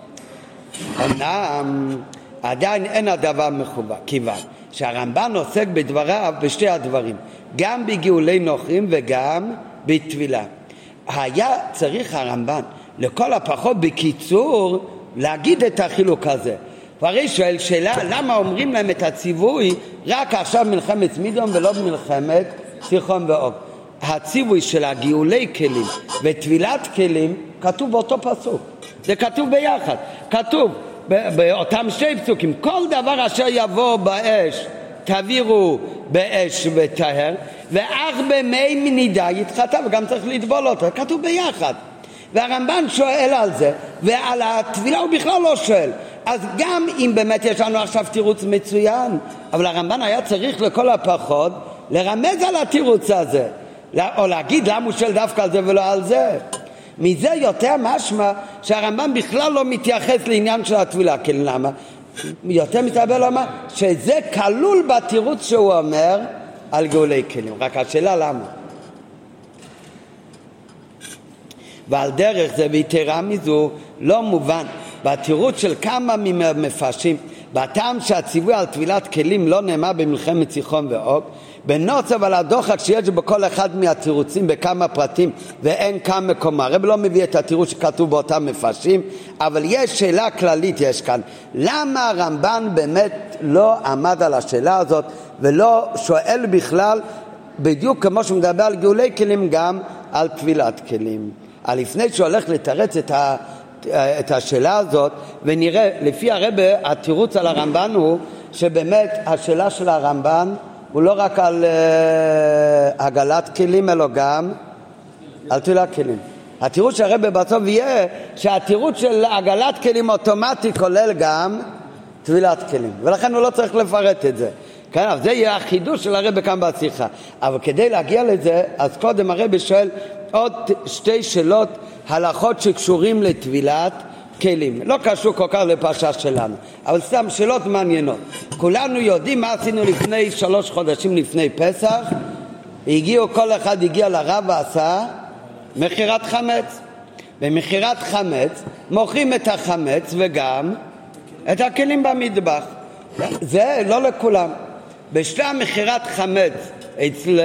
אמנם עדיין אין הדבר מחובר, כיוון שהרמב"ן עוסק בדבריו בשתי הדברים, גם בגאולי נוכרים וגם בטבילה. היה צריך הרמב"ן לכל הפחות בקיצור להגיד את החילוק הזה. והרי שואל שאלה, למה אומרים להם את הציווי רק עכשיו מלחמת מדיון ולא מלחמת סיחון ואוג? הציווי של הגאולי כלים וטבילת כלים כתוב באותו פסוק, זה כתוב ביחד, כתוב באותם שתי פסוקים, כל דבר אשר יבוא באש תעבירו באש וטהר, ואך במי מנידה יתחטא, וגם צריך לטבול אותו, כתוב ביחד. והרמב"ן שואל על זה, ועל הטבילה הוא בכלל לא שואל. אז גם אם באמת יש לנו עכשיו תירוץ מצוין, אבל הרמב"ן היה צריך לכל הפחות לרמז על התירוץ הזה, או להגיד למה הוא שואל דווקא על זה ולא על זה. מזה יותר משמע שהרמב"ן בכלל לא מתייחס לעניין של הטבילה. כן, למה? יותר מתאבל למה? שזה כלול בתירוץ שהוא אומר על גאולי כלים, רק השאלה למה. ועל דרך זה ויתרה מזו לא מובן בתירוץ של כמה ממפרשים בטעם שהציווי על טבילת כלים לא נאמר במלחמת סיחון ואוג, בנוסף על הדוחק שיש בכל אחד מהתירוצים בכמה פרטים ואין כאן מקום. הרב לא מביא את התירוץ שכתוב באותם מפרשים, אבל יש שאלה כללית יש כאן, למה הרמב"ן באמת לא עמד על השאלה הזאת ולא שואל בכלל בדיוק כמו שהוא מדבר על גאולי כלים גם על טבילת כלים? לפני שהוא הולך לתרץ את ה את השאלה הזאת, ונראה לפי הרב התירוץ על הרמב"ן הוא שבאמת השאלה של הרמב"ן הוא לא רק על uh, עגלת כלים אלא גם על טבילת כלים. התירוץ של הרב בסוף יהיה שהתירוץ של עגלת כלים אוטומטי כולל גם טבילת כלים, ולכן הוא לא צריך לפרט את זה. כן, אבל זה יהיה החידוש של הרב כאן בשיחה. אבל כדי להגיע לזה, אז קודם הרב שואל עוד שתי שאלות הלכות שקשורים לטבילת כלים, לא קשור כל כך לפרשה שלנו, אבל סתם שאלות מעניינות. כולנו יודעים מה עשינו לפני שלוש חודשים לפני פסח, הגיעו, כל אחד הגיע לרב ועשה מחירת חמץ. במחירת חמץ מוכרים את החמץ וגם את הכלים במטבח, זה לא לכולם. בשלב מחירת חמץ אצל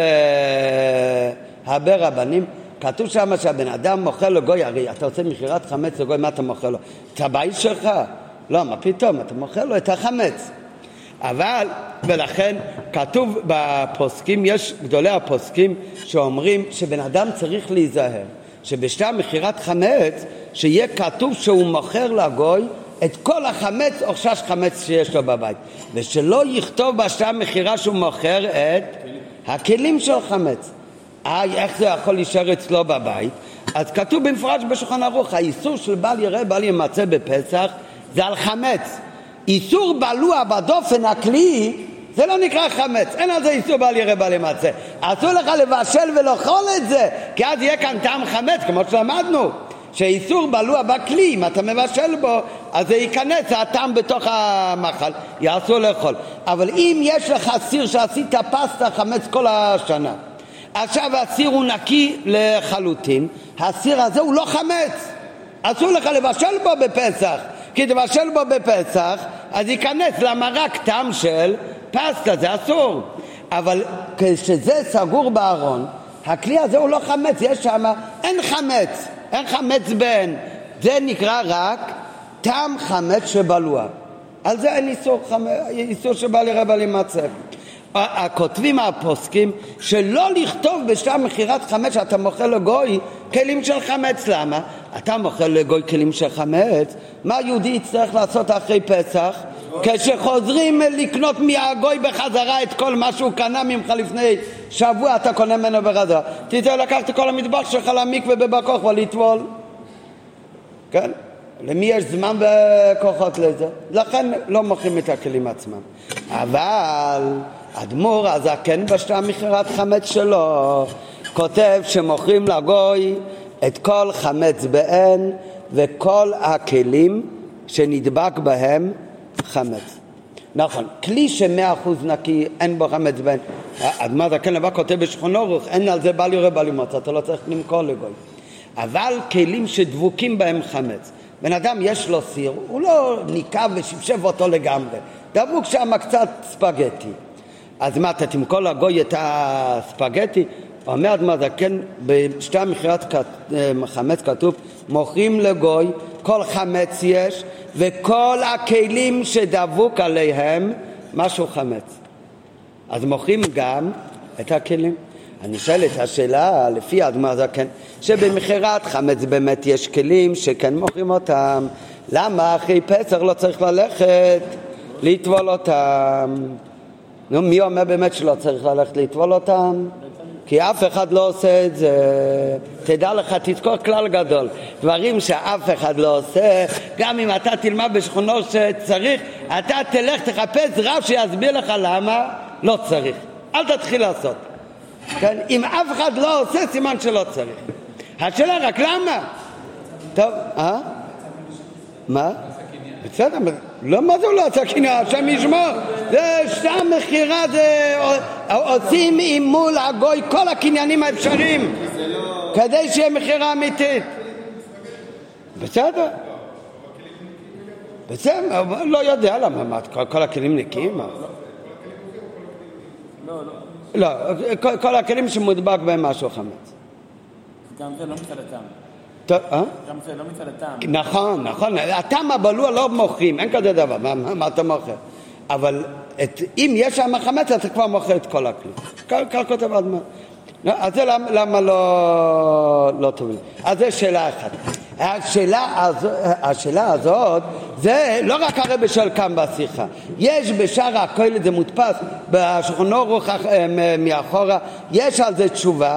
הרבה רבנים כתוב שם שהבן אדם מוכר לו גוי, הרי אתה עושה מחירת חמץ לגוי, מה אתה מוכר לו? את הבית שלך? לא, מה פתאום, אתה מוכר לו את החמץ. אבל, ולכן כתוב בפוסקים, יש גדולי הפוסקים שאומרים שבן אדם צריך להיזהר, שבשלב מחירת חמץ שיהיה כתוב שהוא מוכר לגוי את כל החמץ או חשש חמץ שיש לו בבית, ושלא יכתוב בשלב מחירה שהוא מוכר את הכלים של חמץ. אה, איך זה יכול להישאר אצלו בבית? אז כתוב במפורש בשולחן ערוך, האיסור של בל יראה בל ימצא בפסח זה על חמץ. איסור בלוע בדופן הכלי זה לא נקרא חמץ, אין על זה איסור בל יראה בל ימצא. אסור לך לבשל ולאכול את זה, כי אז יהיה כאן טעם חמץ, כמו שלמדנו שאיסור בלוע בכלי, אם אתה מבשל בו אז זה ייכנס הטעם בתוך המאכל, יאסור לאכול. אבל אם יש לך סיר שעשית פסטה חמץ כל השנה, עכשיו הסיר הוא נקי לחלוטין, הסיר הזה הוא לא חמץ, אסור לך לבשל בו בפסח, כי תבשל בו בפסח אז ייכנס למרק טעם של פסטה, זה אסור. אבל כשזה סגור בארון, הכלי הזה הוא לא חמץ, יש שם, אין חמץ, אין חמץ בין, זה נקרא רק טעם חמץ שבלוע, על זה אין איסור, חמץ, איסור שבא לרבה להימצא. הכותבים הפוסקים שלא לכתוב בשלב מחירת חמץ שאתה מוכר לגוי כלים של חמץ. למה? אתה מוכר לגוי כלים של חמץ, מה יהודי יצטרך לעשות אחרי פסח? כשחוזרים לקנות מהגוי בחזרה את כל מה שהוא קנה ממך לפני שבוע, אתה קונה ממנו בחזרה, תצטרך לקחת כל המטבח שלך למקווה בבר-כוכבא ולטבול. כן? למי יש זמן וכוחות לזה? לכן לא מוכרים את הכלים עצמם. אבל אדמו"ר הזקן בשלב מכירת חמץ שלו כותב שמוכרים לגוי את כל חמץ בעין וכל הכלים שנדבק בהם חמץ. נכון, כלי שמאה אחוז נקי אין בו חמץ בעין, אדמו"ר הזקן לבא כותב בשולחן ערוך, אין על זה בל יראה בל ימצא, אתה לא צריך למכור לגוי. אבל כלים שדבוקים בהם חמץ, בן אדם יש לו סיר, הוא לא ניקה ושפשב אותו לגמרי, דבוק שם קצת ספגטי, אז מה, אתה תמכור לגוי את הספגטי? אומר אדמו"ר הזקן, בשתי המכירת חמץ כתוב, מוכרים לגוי כל חמץ יש, וכל הכלים שדבוק עליהם משהו חמץ, אז מוכרים גם את הכלים. אני שואל את השאלה לפי אדמו"ר הזקן, שבמכירת חמץ באמת יש כלים שכן מוכרים אותם, למה אחרי פסח לא צריך ללכת לטבול אותם? נו, מי אומר באמת שלא צריך ללכת לטבול אותם? כי אף אחד לא עושה את זה. תדע לך, תזכור כלל גדול, דברים שאף אחד לא עושה, גם אם אתה תלמד בשכונו שצריך, אתה תלך תחפש רב שיסביר לך למה לא צריך, אל תתחיל לעשות. כן? אם אף אחד לא עושה, סימן שלא צריך. השאלה רק למה? טוב, אה? מה? בסדר, לא מה זה לא עשה קניין, השם ישמור, זה שתם מחירה, זה עושים עם מול הגוי כל הקניינים האפשריים כדי שיהיה מחירה אמיתית. בסדר, בסדר, לא יודע למה, כל הכלים נקיים? לא, לא. לא, כל, כל הכלים שמודבק בהם משהו חמץ. גם זה לא מצד הטעם. טוב, אה? גם זה לא מצד הטעם. נכון, נכון. הטעם הבלוע לא מוכרים, אין כזה דבר, מה, מה, מה אתה מוכר? אבל את, אם יש שם חמץ, אתה כבר מוכר את כל הכלים. כל, כל כותב עד מה. אז זה למה, למה לא, לא טובים? אז זה שאלה אחת. השאלה, הזו, השאלה הזאת, זה לא רק הרבי של כאן בשיחה. יש בשער הכולל, זה מודפס בשולחן ערוך מאחורה, יש על זה תשובה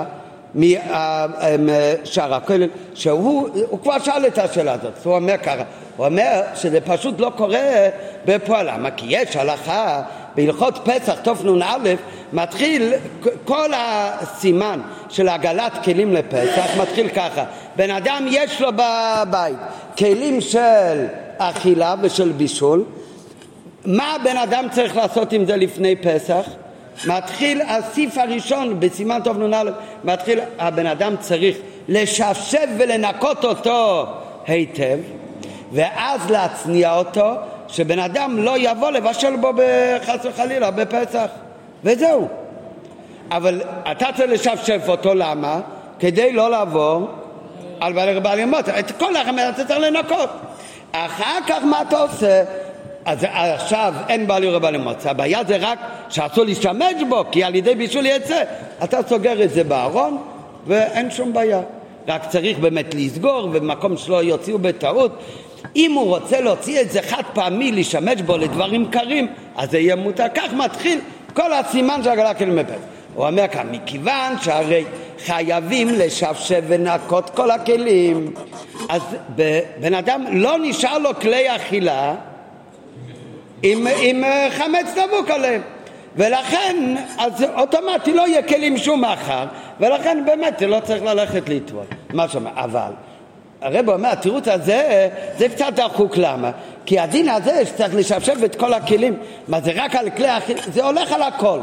משער הכולל, שהוא כבר שאל את השאלה הזאת. הוא אומר ככה, הוא אומר שזה פשוט לא קורה בפועל. למה? כי יש הלכה בהלכות פסח תוף נון א', מתחיל כל הסימן של עגלת כלים לפסח, מתחיל ככה, בן אדם יש לו בבית כלים של אכילה ושל בישול, מה בן אדם צריך לעשות עם זה לפני פסח? מתחיל הסעיף הראשון בסימן תוף נון א', מתחיל הבן אדם צריך לשפשף ולנקות אותו היטב, ואז להצניע אותו, שבן אדם לא יבוא לבשל בו בחס וחלילה בפסח, וזהו. אבל אתה צריך לשפשף אותו, למה? כדי לא לעבור על בעלי בעלי מות, את כל החמץ אתה צריך לנקות. אחר כך מה אתה עושה? אז עכשיו אין בעלי בעלי מות, הבעיה זה רק שאסור להשתמש בו, כי על ידי בישול יצא, אתה סוגר את זה בארון ואין שום בעיה, רק צריך באמת לסגור ובמקום שלא יוציאו בטעות. אם הוא רוצה להוציא את זה חד פעמי, לשמש בו לדברים קרים, אז זה יהיה מותר. כך מתחיל כל הסימן של עגלת כלים לפסח. הוא אומר כאן, מכיוון שהרי חייבים לשפשף ונקות כל הכלים, אז בן אדם לא נשאר לו כלי אכילה עם, עם חמץ דבוק עליהם, ולכן אז אוטומטי לא יהיה כלים שום אחר, ולכן באמת לא צריך ללכת לטבול. מה שאומר, אבל הרב אומר, התירוץ הזה זה קצת דחוק. למה? כי הדין הזה שצריך לשפשף את כל הכלים, מה זה רק על כלי אכילה, זה הולך על הכל.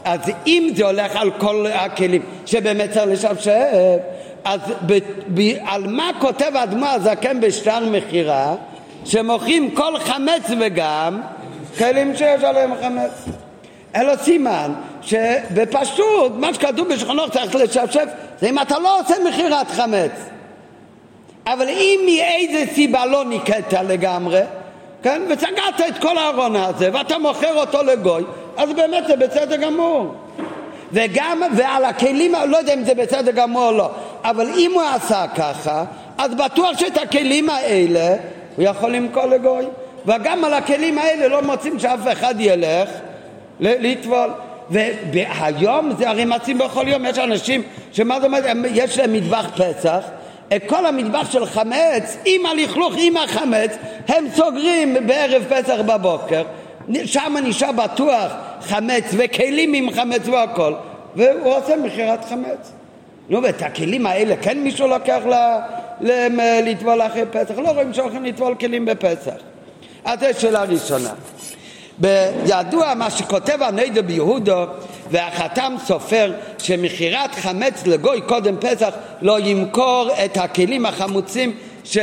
אז אם זה הולך על כל הכלים שבאמת צריך לשפשף, אז ב, ב, על מה כותב האדמו"ר הזקן בשטר מכירה? שמוכרים כל חמץ וגם כלים שיש עליהם חמץ. אלו סימן שבפשוט מה שכתוב בשולחן ערוך צריך לשפשף זה אם אתה לא עושה מכירת חמץ. אבל אם מאיזה סיבה לא ניקית לגמרי, כן? וסגרת את כל הארון הזה ואתה מוכר אותו לגוי, אז באמת זה בסדר גמור. וגם, ועל הכלים, לא יודע אם זה בסדר גמור או לא, אבל אם הוא עשה ככה, אז בטוח שאת הכלים האלה הוא יכול למכור לגוי. וגם על הכלים האלה לא מוצאים שאף אחד ילך לטבול. והיום זה הרי מצאים בכל יום, יש אנשים שמה זאת אומרת, יש להם מטבח פסח, כל המטבח של חמץ, עם הלכלוך, עם החמץ, הם סוגרים בערב פסח בבוקר, שם נשאר בטוח חמץ וכלים עם חמץ והכל, והוא עושה מכירת חמץ. נו, ואת הכלים האלה כן מישהו לוקח לטבול אחרי פסח? לא רואים שהולכים לטבול כלים בפסח. אז זו שאלה ראשונה. בידוע מה שכותב הנוידו ביהודו והחתם סופר שמכירת חמץ לגוי קודם פסח לא ימכור את הכלים החמוצים ש...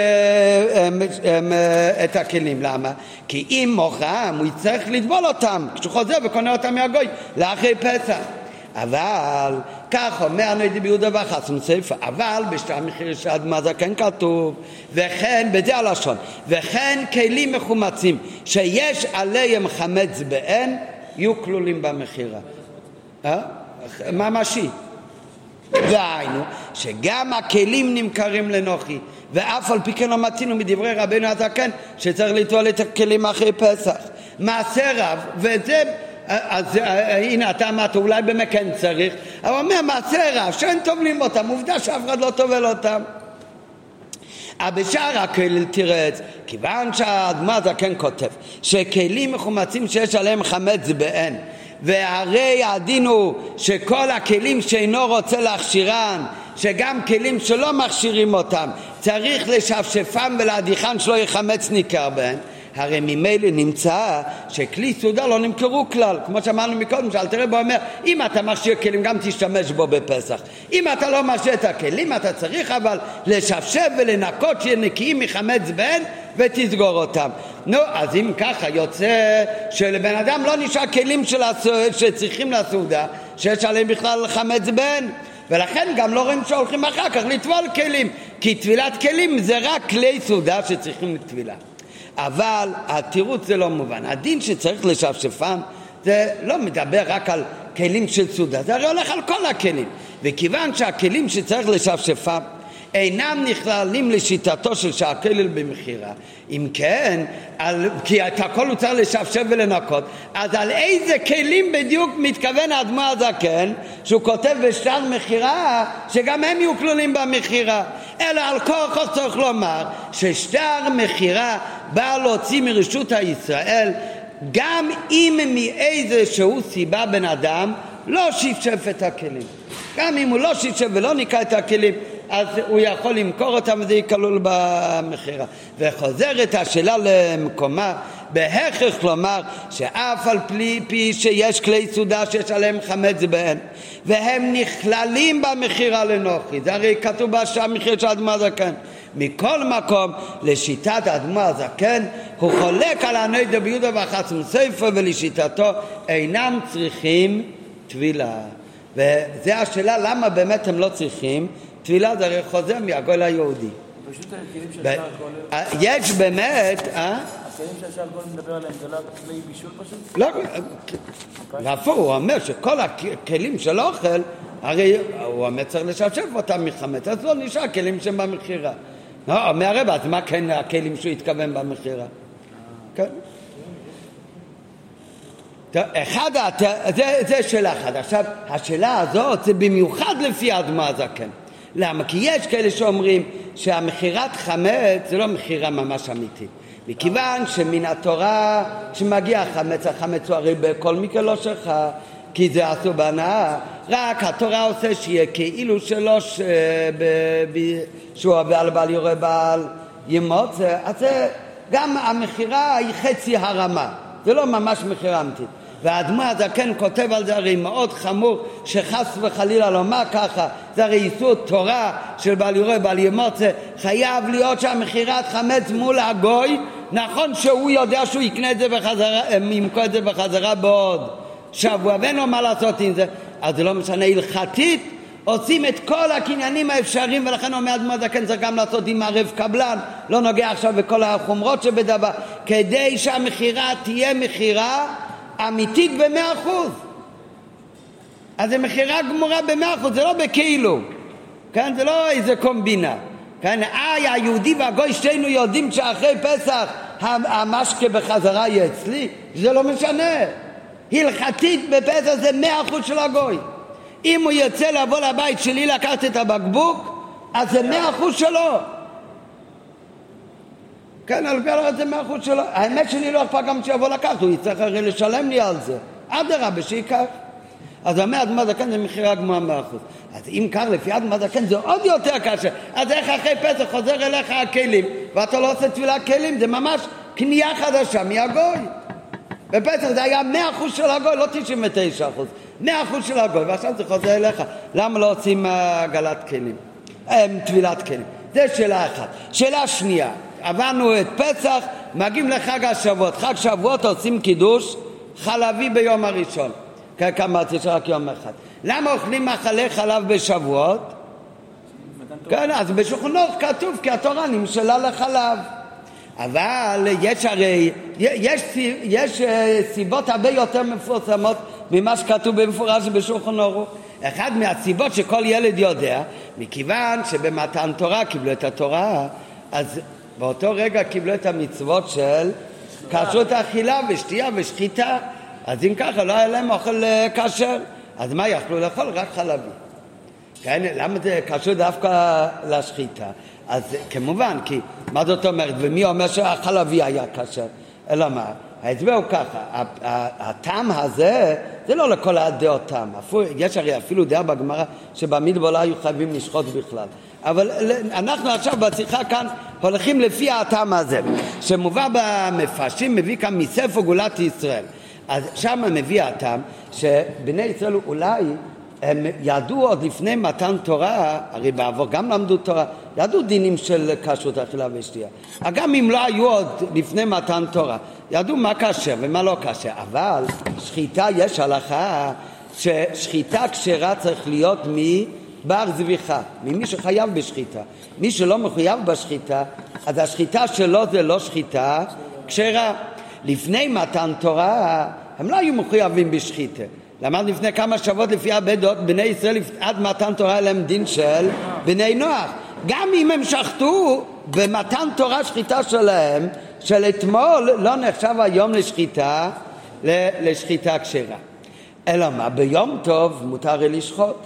את הכלים. למה? כי אם מוכרם הוא יצטרך לטבול אותם כשהוא חוזר וקונה אותם מהגוי לאחרי פסח. אבל כך אומר הנוידו ביהודו והחתם סופר, אבל בשטר המחיר של האדמו"ר הזקן כתוב וכן, בזה הלשון, וכן כלים מחומצים שיש עליהם חמץ באין יהיו כלולים במכירה. אה? ממשי. והיינו שגם הכלים נמכרים לנוחי, ואף על פי כן לא מצינו מדברי רבנו הזקן שצריך לטבול את הכלים אחרי פסח. מעשה רב, וזה אז הנה אתה אמרת אולי באמת כן צריך, אבל אומר מעשה רב שאין טובלים אותם, עובדה שאף אחד לא טובל אותם. אבל בשאר הכלים תירץ, כיוון שהאדמו"ר הזקן כותב שכלים מחומצים שיש עליהם חמץ באין, והרי הדין הוא שכל הכלים שאינו רוצה להכשירן, שגם כלים שלא מכשירים אותם צריך לשפשפם ולהדיחן שלא יחמץ ניכר בהם, הרי ממילא נמצא שכלי סעודה לא נמכרו כלל, כמו שאמרנו מקודם, שאל תראה בו אומר אם אתה מכשיר כלים גם תשתמש בו בפסח, אם אתה לא מכשיר את הכלים אתה צריך אבל לשפשף ולנקות שיהיה נקיים מחמץ בהם ותסגור אותם. נו, אז אם ככה יוצא שלבן אדם לא נשאר כלים של הסעודה, שצריכים לסעודה שיש עליהם בכלל חמץ בהם, ולכן גם לא רואים שהולכים אחר כך לטבול כלים, כי טבילת כלים זה רק כלי סעודה שצריכים לטבילה. אבל התירוץ זה לא מובן. הדין שצריך לשפשפם זה לא מדבר רק על כלים של סעודה, זה הרי הולך על כל הכלים. וכיוון שהכלים שצריך לשפשפם אינם נכללים לשיטתו של שהכלל במכירה, אם כן, על, כי את הכל הוא צריך לשפשף ולנקות, אז על איזה כלים בדיוק מתכוון האדמו"ר הזקן שהוא כותב בשטר מכירה שגם הם יהיו כלולים במכירה? אלא על כל צריך לומר ששטר מכירה בא להוציא מרשות הישראל גם אם מאיזשהו סיבה בן אדם לא שפשף את הכלים, גם אם הוא לא שפשף ולא ניקה את הכלים אז הוא יכול למכור אותם וזה ייכלול במכירה. וחוזרת השאלה למקומה בהכרח לומר שאף על פי שיש כלי סעודה שיש עליהם חמץ בהן והם נכללים במכירה לנוחי, זה הרי כתוב בשטר מכירה של האדמו"ר הזקן. מכל מקום לשיטת האדמו"ר הזקן הוא חולק על הנוידו ביהודו והחתם סופר, ולשיטתו אינם צריכים טבילה. וזה השאלה למה באמת הם לא צריכים טבילה, זה הרי חוזר מהגול היהודי. פשוט הכלים של השאר גולם. יש באמת, אה? הכלים של השאר גולם מדבר עליהם, זה לא כלי בישול פשוט? לא, להפוך, הוא אומר שכל הכלים של אוכל, הרי הוא אומר צריך לשפשף אותם מחמץ, אז לא נשאר כלים שהם במכירה. לא, אומר הרב, אז מה כן הכלים שהוא התכוון במכירה? כן. אחד, זה, זה שאלה אחת. עכשיו, השאלה הזאת זה במיוחד לפי האדמו"ר הזקן. למה? כי יש כאלה שאומרים שהמכירת חמץ זה לא מכירה ממש אמיתית. מכיוון שמן התורה שמגיע החמץ, החמץ הוא הרי בכל מקרה לא שלך, כי זה אסור בהנאה. רק התורה עושה שיהיה כאילו שלא ש... ב... ב... שהוא בעל בעל יורה בעל ימות, אז זה... גם המכירה היא חצי הרמה, זה לא ממש מכירה אמיתית. והאדמו"ר הזקן כותב על זה הרי מאוד חמור, שחס וחלילה לומר ככה, זה הרי איסור תורה של בעל יורה בעל ימוצא, חייב להיות שהמכירת חמץ מול הגוי, נכון שהוא יודע שהוא יקנה את זה בחזרה, ימכור את זה בחזרה בעוד שבוע, ואין לו מה לעשות עם זה, אז זה לא משנה, הלכתית עושים את כל הקניינים האפשריים, ולכן אומר האדמו"ר הזקן צריך גם לעשות עם ערב קבלן, לא נוגע עכשיו בכל החומרות שבדבר, כדי שהמכירה תהיה מכירה אמיתית במאה אחוז. אז זה מכירה גמורה במאה אחוז, זה לא בכאילו, כן? זה לא איזה קומבינה, כן? איי, היהודי והגוי שתינו יודעים שאחרי פסח המשקה בחזרה יהיה אצלי, זה לא משנה. הלכתית בפסח זה מאה אחוז של הגוי. אם הוא יוצא לבוא לבית שלי לקחת את הבקבוק, אז זה מאה אחוז שלו. כן, על פי הלכה זה מאה אחוז שלו. האמת שלי לא אכפת גם שיבוא לקחת, הוא יצטרך הרי לשלם לי על זה. אדרבה שייקח. אז אומר האדמו"ר הזקן זה מחירה גמורה מאה אחוז. אז אם כך לפי האדמו"ר הזקן זה עוד יותר קשה. אז איך אחרי פסח חוזר אליך הכלים, ואתה לא עושה תפילה כלים, זה ממש קנייה חדשה מהגוי. בפסח זה היה מאה אחוז של הגוי, לא תשעים ותשע אחוז. מאה אחוז של הגוי, ועכשיו זה חוזר אליך. למה לא עושים גלת כלים? תפילת כלים. זה שאלה אחת. שאלה שנייה, עברנו את פסח, מגיעים לחג השבועות. חג שבועות עושים קידוש חלבי ביום הראשון. כמה יש רק יום אחד. למה אוכלים מאכלי חלב בשבועות? כן, אז בשולחן ערוך כתוב כי התורה נמשלה לחלב. אבל יש הרי, יש, יש סיבות הרבה יותר מפורסמות ממה שכתוב במפורש בשולחן ערוך. אחד מהסיבות שכל ילד יודע, מכיוון שבמתן תורה קיבלו את התורה, אז באותו רגע קיבלו את המצוות של כשרות אכילה ושתייה ושחיטה, אז אם ככה לא היה להם אוכל כשר, אז מה יכלו לאכול? רק חלבי. כן, למה זה קשור דווקא לשחיטה? אז כמובן, כי מה זאת אומרת? ומי אומר שהחלבי היה כשר? אלא מה? ההסבר הוא ככה, הטעם הזה זה לא לכל הדעות טעם. יש הרי אפילו דעה בגמרא שבמדבר לא היו חייבים לשחוט בכלל. אבל אנחנו עכשיו בשיחה כאן הולכים לפי הטעם הזה, שמובא במפרשים, מביא כאן מספר גאולת ישראל. אז שם מביא הטעם שבני ישראל אולי הם ידעו עוד לפני מתן תורה, הרי בעבור גם למדו תורה, ידעו דינים של כשרות אכילה ושתייה. גם אם לא היו עוד לפני מתן תורה, ידעו מה כשר ומה לא כשר. אבל שחיטה יש הלכה ששחיטה כשרה צריך להיות מבר זביחה, ממי שחייב בשחיטה. מי שלא מחויב בשחיטה, אז השחיטה שלו זה לא שחיטה כשרה. לפני מתן תורה הם לא היו מחויבים בשחיטה. למד לפני כמה שבועות לפי הרבה דעות בני ישראל עד מתן תורה להם דין של בני נוח. גם אם הם שחטו במתן תורה שחיטה שלהם של אתמול לא נחשב היום לשחיטה לשחיטה כשרה. אלא מה? ביום טוב מותר לשחוט.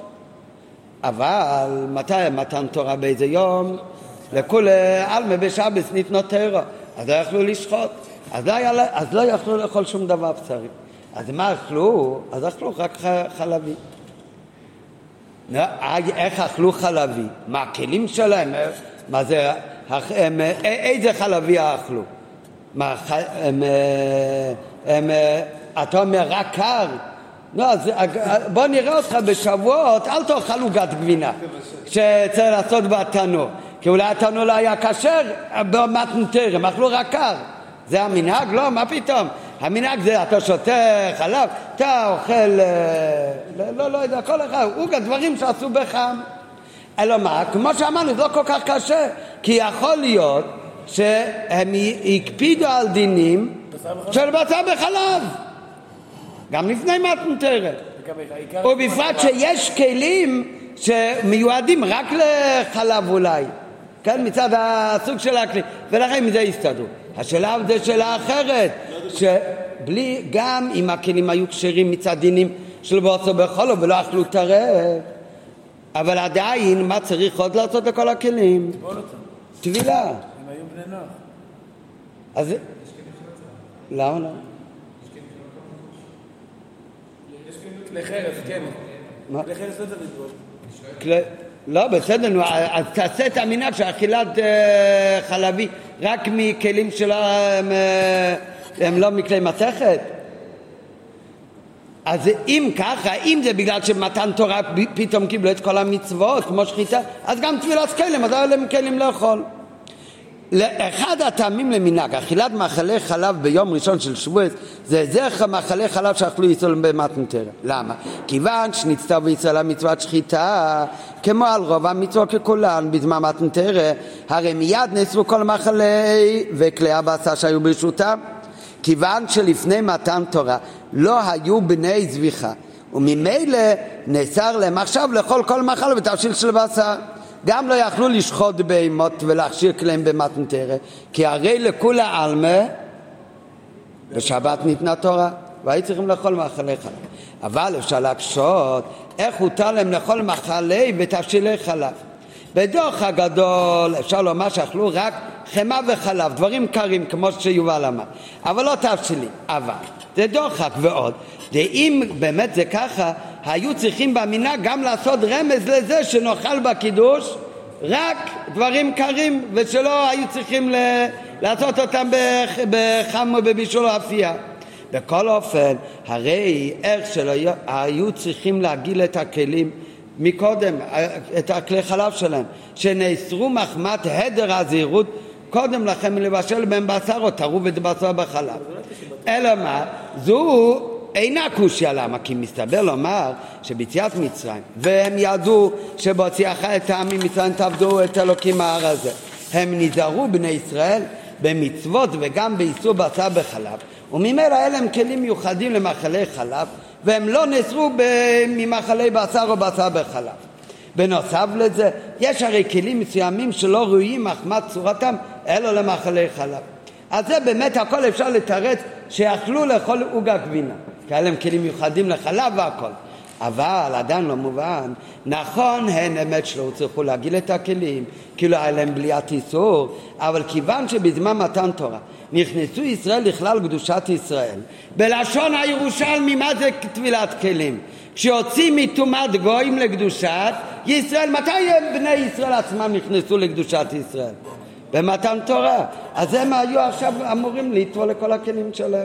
אבל מתי מתן תורה באיזה יום? לכול עלמה בשבס ניתנו תורה, אז לא יכלו לשחוט, אז לא, היה, אז לא יכלו לאכול שום דבר בשרי. אז מה אכלו? אז אכלו רק חלבי. איך אכלו חלבי? מה הכלים שלהם? מה זה, הם, איזה חלבי אכלו? מה, הם, הם, אתה אומר רק קר? לא, אז בוא נראה אותך בשבועות, אל תאכלו גת גבינה שצריך לעשות בתנור, כי אולי התנור לא היה כשר במתן תורה, הם אכלו רק קר. זה המנהג? לא, מה פתאום? המנהג זה אתה שותה חלב, אתה אוכל, לא, לא, לא יודע, כל אחד, הוא גם דברים שעשו בחם. אלא מה? כמו שאמרנו, זה לא כל כך קשה, כי יכול להיות שהם הקפידו על דינים של בשר בחלב, גם לפני מתן תורה. ובפרט שיש כלים שמיועדים רק לחלב אולי, כן, מצד הסוג של הכלי, ולכן מזה יסתדרו. השאלה זה שאלה אחרת, שבלי, גם אם הכלים היו כשרים מצד דינים של בוסו בחולו ולא אכלו טרף, אבל עדיין מה צריך עוד לעשות לכל הכלים? טבילה. הם היו בני נוח. אז למה לא? לחרס, כן. לחרס לא צריך לדבר. לא, בסדר, אז תעשה את המנהג של אכילת חלבי רק מכלים שלהם הם לא מכלי מתכת. אז אם ככה, אם זה בגלל שמתן תורה פתאום קיבלו את כל המצוות כמו שחיטה, אז גם טבילת כלים, אז היה להם כלים לאכול. אחד הטעמים למנהג, אכילת מאכלי חלב ביום ראשון של שבועות, זה זכר מאכלי חלב שאכלו ישראל במתן תורה. למה? כיוון שנצטווה בישראל המצוות שחיטה, כמו על רוב המצוות ככולן בזמן מתן תורה, הרי מיד נאסרו כל מאכלי וכלי הבשר שהיו ברשותם. כיוון שלפני מתן תורה לא היו בני זביחה, וממילא נאסר להם עכשיו לאכול כל מאכל בתבשיל של בשר. גם לא יכלו לשחוט בהמות ולהכשיר כליהם במתן תורה, כי הרי לכולי עלמא בשבת ניתנה תורה והיו צריכים לאכול מאכלי חלב. אבל אפשר להקשות איך הותר להם לאכול מאכלי ותבשילי חלב. בדוח הגדול אפשר לומר שאכלו רק חמה וחלב, דברים קרים כמו שיובל אמר, אבל לא תבשילים. אבל זה דוחק ועוד, ואם באמת זה ככה, היו צריכים במנהג גם לעשות רמז לזה שנאכל בקידוש רק דברים קרים, ושלא היו צריכים ל... לעשות אותם בחם או בבישול או אפייה. בכל אופן, הרי איך שלא היו צריכים להגיל את הכלים מקודם, את הכלי חלב שלהם, שנאסרו מחמת הדר הזהירות קודם לכם לבשל בהם בשר או תרו בבשר בחלב. אלא מה? זו אינה קושיה. למה? כי מסתבר לומר שביציאת מצרים, והם ידעו שבהוציאך את העם ממצרים תעבדו את אלוקים ההר הזה, הם נזהרו בני ישראל במצוות וגם באיסור בשר בחלב, וממילא אלה הם כלים מיוחדים למאכלי חלב, והם לא נאסרו ממאכלי בשר או בשר בחלב. בנוסף לזה, יש הרי כלים מסוימים שלא ראויים מחמת צורתם אלא למאכלי חלב. אז זה באמת הכל אפשר לתרץ שיכלו לאכול עוגה גבינה, כי היה להם כלים מיוחדים לחלב והכל. אבל עדיין לא מובן, נכון הן אמת שלא צריכו להגיל את הכלים, כאילו היה להם בליית איסור, אבל כיוון שבזמן מתן תורה נכנסו ישראל לכלל קדושת ישראל, בלשון הירושלמי מה זה טבילת כלים? כשיוצאים מטומאת גויים לקדושת ישראל, מתי בני ישראל עצמם נכנסו לקדושת ישראל? במתן תורה. אז הם היו עכשיו אמורים לטבול לכל הכלים שלהם,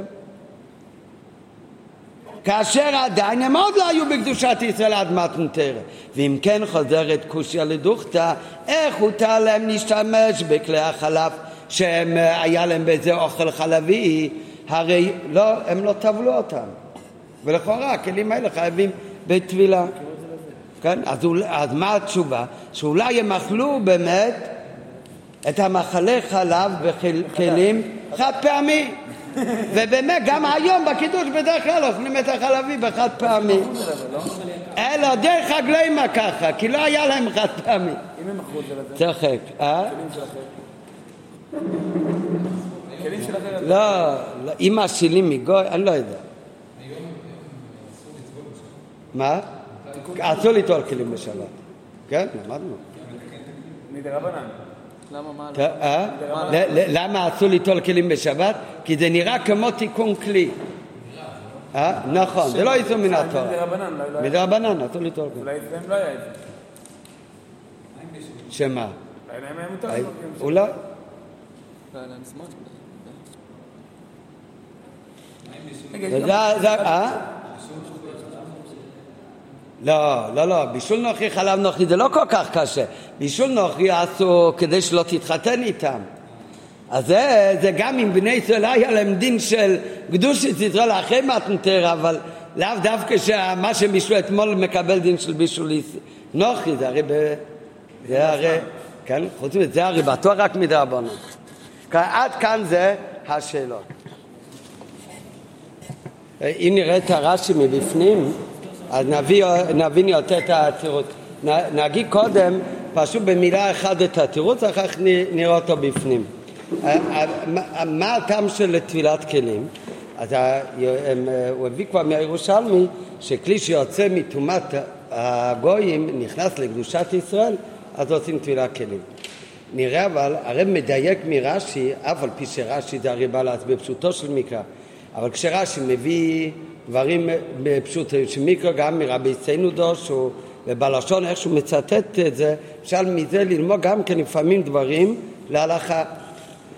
כאשר עדיין הם עוד לא היו בקדושת ישראל עד מתן תורה. ואם כן חוזרת קושיה לדוכתא, איך הותר להם להשתמש בכלי החלב שהם היה להם בזה אוכל חלבי? הרי לא, הם לא טבלו אותם, ולכאורה הכלים האלה חייבים בטבילה. כן? אז, אז מה התשובה? שאולי הם אכלו באמת את המאכלי חלב בכלים חד פעמי, ובאמת גם היום בקידוש בדרך כלל אוכלים את החלבי בחד פעמי, אלא דרך הגלימה ככה, כי לא היה להם חד פעמי. אם הם אכלו את זה לזה? צוחק, אה? כלים שלכם? לא, אם השילים מגוי, אני לא יודע. מה? אסור ליטול כלים בשבת. כן, למדנו. מדרבנן. למה מה? למה אסור ליטול כלים בשבת? כי זה נראה כמו תיקון כלי. נכון, זה לא איסור מן התורה. מדרבנן, אסור ליטול כלים. אולי אצלם לא היה את זה. שמה? אולי להם היה מותר. אולי. לא היה להם זמן. זה, אה? לא, לא, לא, בישול נוכרי, חלב נוכרי, זה לא כל כך קשה. בישול נוכרי עשו כדי שלא תתחתן איתם. אז זה, זה גם אם בני ישראל היה להם דין של קדושת ישראל אחרי מתן תורה, אבל לאו דווקא שמה שהם בישלו אתמול מקבל דין של בישול נוכרי, זה הרי ב... זה הרי, כן, חוץ מזה, זה הרי בטוח רק מדרבנן. עד כאן זה השאלות. אם נראה את הרש"י מבפנים, אז נביא, נבין יותר את התירוץ. נגיד קודם פשוט במילה אחת את התירוץ, אחר כך נראה אותו בפנים. מה הטעם של טבילת כלים? אז הוא הביא כבר מהירושלמי שכלי שיוצא מטומאת הגויים נכנס לקדושת ישראל, אז עושים טבילת כלים. נראה אבל, הרב מדייק מרש"י, אף על פי שרש"י זה הרי בא להסביר פשוטו של מקרא, אבל כשרש"י מביא דברים בפשוטו של מקרא, גם מרבי סינודוש ובלשון איך שהוא מצטט את זה, אפשר מזה ללמוד גם כן לפעמים דברים להלכה.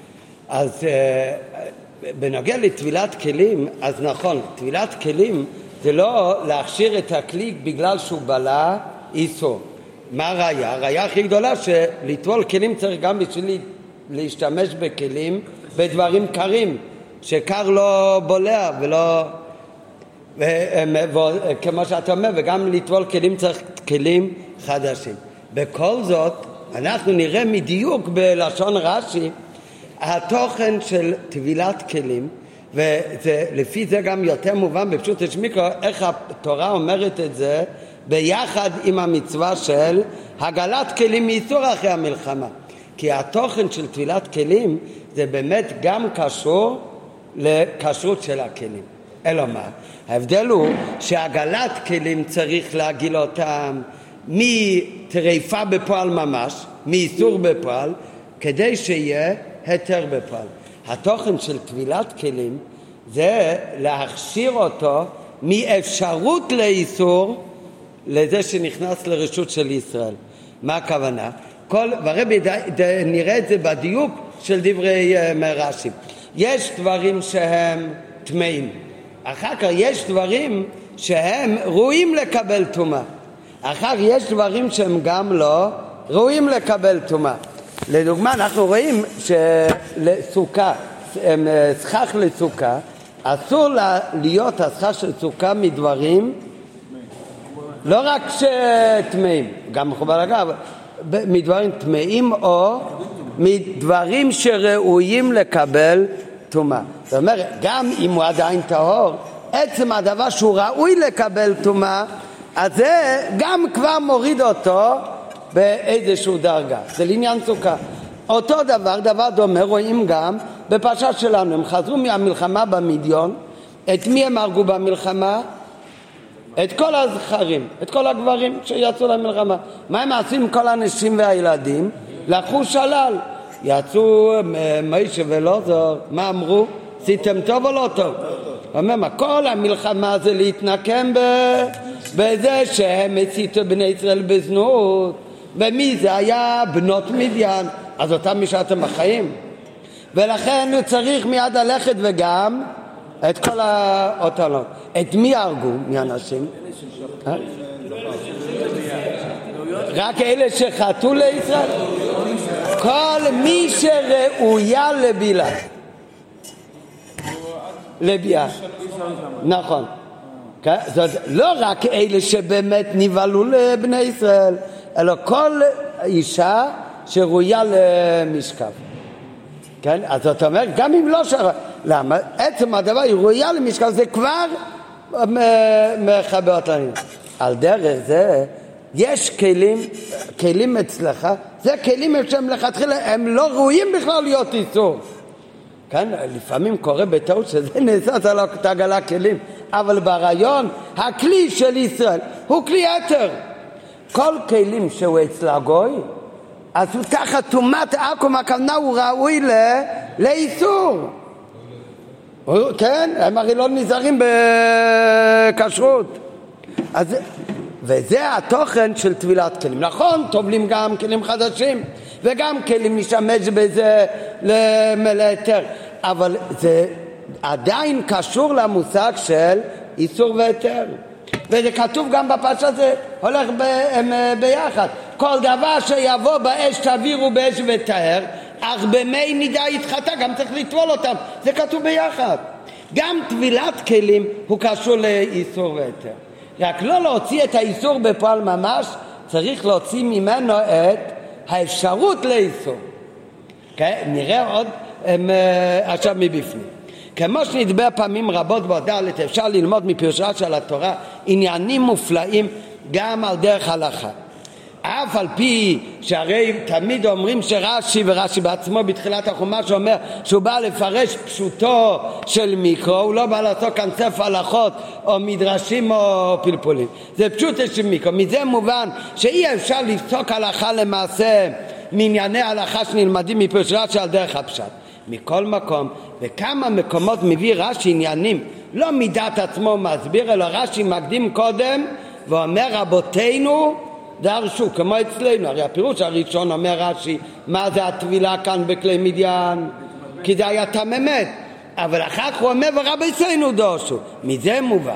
אז בנוגע לטבילת כלים, אז נכון, טבילת כלים זה לא להכשיר את הכלי בגלל שהוא בלע איסור. מה הראיה? הראיה הכי גדולה שלטבול כלים צריך גם בשביל להשתמש בכלים בדברים קרים, שקר לא בולע ולא, ו, ו, כמו שאתה אומר, וגם לטבול כלים צריך כלים חדשים. בכל זאת אנחנו נראה מדיוק בלשון רש"י התוכן של טבילת כלים, ולפי זה גם יותר מובן בפשוט השמיקרו איך התורה אומרת את זה ביחד עם המצווה של הגלת כלים מאיסור אחרי המלחמה. כי התוכן של טבילת כלים זה באמת גם קשור לכשרות של הכלים. אלא מה? ההבדל הוא שהגלת כלים צריך להגיל אותם מטריפה בפועל ממש, מאיסור בפועל, כדי שיהיה היתר בפועל. התוכן של טבילת כלים זה להכשיר אותו מאפשרות לאיסור לזה שנכנס לרשות של ישראל. מה הכוונה? כל, ורבי נראה את זה בדיוק של דברי רש"י. יש דברים שהם טמאים, אחר כך יש דברים שהם ראויים לקבל טומאה, אחר כך יש דברים שהם גם לא ראויים לקבל טומאה. לדוגמה אנחנו רואים שלסוכה, סכך לסוכה, אסור להיות הסכך של סוכה מדברים לא רק שטמאים, גם מחובר אגב, מדברים טמאים או מדברים שראויים לקבל טומאה. זאת אומרת, גם אם הוא עדיין טהור, עצם הדבר שהוא ראוי לקבל טומאה, אז זה גם כבר מוריד אותו באיזשהו דרגה. זה לעניין סוכה. אותו דבר, דבר דומה, רואים גם בפרשה שלנו. הם חזרו מהמלחמה במדיון. את מי הם הרגו במלחמה? את כל הזכרים, את כל הגברים שיצאו למלחמה. מה הם עשו עם כל הנשים והילדים? לקחו שלל. יצאו מוישה ולעזר, מה אמרו? עשיתם טוב או לא טוב? אומר מה, כל המלחמה זה להתנקם בזה שהם הציתו בני ישראל בזנות. ומי זה היה? בנות מדיין. אז אותם משאתם החיים. ולכן הוא צריך מיד ללכת וגם את כל האותנות. את מי הרגו מהאנשים? רק אלה שחטאו לישראל? כל מי שראויה לבילה. לביאה. נכון. זאת לא רק אלה שבאמת נבהלו לבני ישראל, אלא כל אישה שראויה למשכב. כן? אז זאת אומרת, גם אם לא שרה, למה? עצם הדבר היא ראויה למשכב, זה כבר מחבר אותנו. על דרך זה, יש כלים, כלים אצלך, זה כלים שהם לכתחילה, הם לא ראויים בכלל להיות איסור. כן? לפעמים קורה בטעות שזה נעשה על הגלה כלים, אבל ברעיון, הכלי של ישראל הוא כלי יתר. כל כלים שהוא אצלה גוי, אז הוא תחת תומת עכו"ם, הכוונה הוא ראוי לאיסור. כן? הם הרי לא נזהרים בכשרות. אז, וזה התוכן של טבילת כלים. נכון, טובלים גם כלים חדשים, וגם כלים נשמש בזה להיתר. אבל זה עדיין קשור למושג של איסור והיתר. וזה כתוב גם בפרשה, זה הולך ב- ביחד. כל דבר שיבוא באש תבירו באש ותאר, אך במי נידה יתחטא, גם צריך לטבול אותם. זה כתוב ביחד. גם טבילת כלים הוא קשור לאיסור והיתר. רק לא להוציא את האיסור בפועל ממש, צריך להוציא ממנו את האפשרות לאיסור. Okay? נראה עוד הם, עכשיו מבפנים. כמו שנדבר פעמים רבות בהודעת, אפשר ללמוד מפרשה של התורה עניינים מופלאים גם על דרך הלכה. אף על פי שהרי תמיד אומרים שרש"י, ורש"י בעצמו בתחילת החומש אומר שהוא בא לפרש פשוטו של מיקרו, הוא לא בא לעשות כאן ספר הלכות או מדרשים או פלפולים, זה פשוט של מיקרו. מזה מובן שאי אפשר לפסוק הלכה למעשה מענייני הלכה שנלמדים מפרש רש"י על דרך הפשט. מכל מקום, בכמה מקומות מביא רש"י עניינים לא מידת עצמו מסביר, אלא רש"י מקדים קודם ואומר רבותינו דרשו, כמו אצלנו. הרי הפירוש הראשון אומר רש"י, מה זה הטבילה כאן בכלי מדיין? כי זה היה תממת. אבל אחר כך הוא אומר ורבותינו דרשו. מזה מובן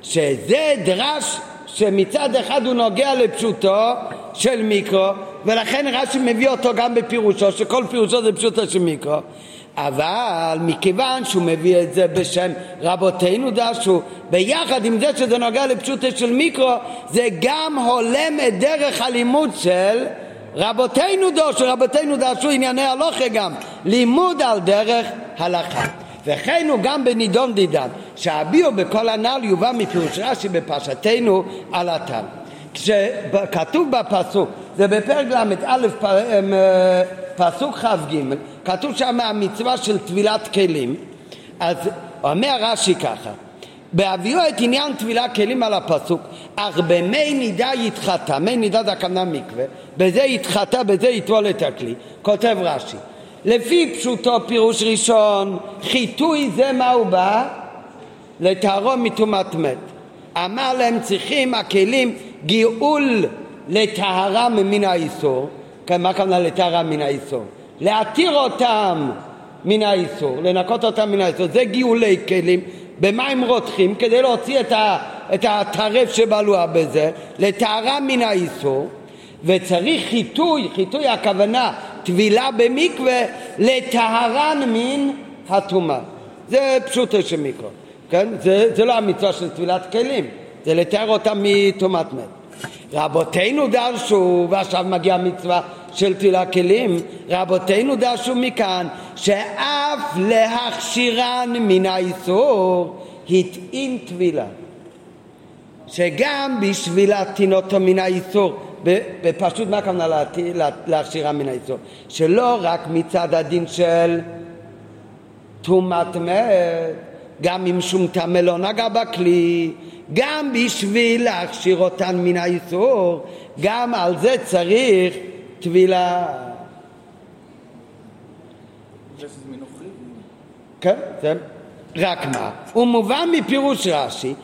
שזה דרש שמצד אחד הוא נוגע לפשוטו של מיקרו, ולכן רש"י מביא אותו גם בפירושו, שכל פירושו זה פשוטו של מיקרו. אבל מכיוון שהוא מביא את זה בשם רבותינו דרשו, ביחד עם זה שזה נוגע לפשוטו של מיקרו, זה גם הולם את דרך הלימוד של רבותינו דרשו. רבותינו דרשו ענייני הלכה גם, לימוד על דרך הלכה. וכן הוא גם בנידון דידן, שהביאו בכל הנ"ל יובא מפירוש רש"י בפרשתנו על התן. כשכתוב בפסוק, זה בפרק ל"א פסוק כ"ג, כתוב שם המצווה של טבילת כלים. אז אומר רש"י ככה, בהביאו את עניין טבילת כלים על הפסוק, אך במי נידה יתחטא, מי נידה זה הכוונה מקווה, בזה יתחטא, בזה יטבול את הכלי. כותב רש"י, לפי פשוטו פירוש ראשון, חיטוי זה מה הוא בא? לטהרו מטומאת מת. אמר להם צריכים הכלים גיאול לטהרה מן האיסור. מה הכוונה לטהרה מן האיסור? להתיר אותם מן האיסור, לנקות אותם מן האיסור. זה גיאולי כלים במים רותחים כדי להוציא את, ה, את הטרף שבלוע בזה, לטהרה מן האיסור. וצריך חיטוי, חיטוי הכוונה טבילה במקווה לטהרן מן הטומאה. זה פשוטו של מיקרו, כן? זה, זה לא המצווה של טבילת כלים, זה לתאר אותם מטומאת מת. רבותינו דרשו, ועכשיו מגיעה המצווה של טבילת כלים, רבותינו דרשו מכאן שאף להכשירן מן האיסור התאים טבילה, שגם בשביל להטין אותו מן האיסור, בפשוט מה הכוונה להכשירה מן האיסור? שלא רק מצד הדין של טומאת מת, גם אם שום טמא לא נגע בכלי, גם בשביל להכשיר אותן מן האיסור, גם על זה צריך טבילה. כן, זה רק מה? הוא מובן מפירוש רש"י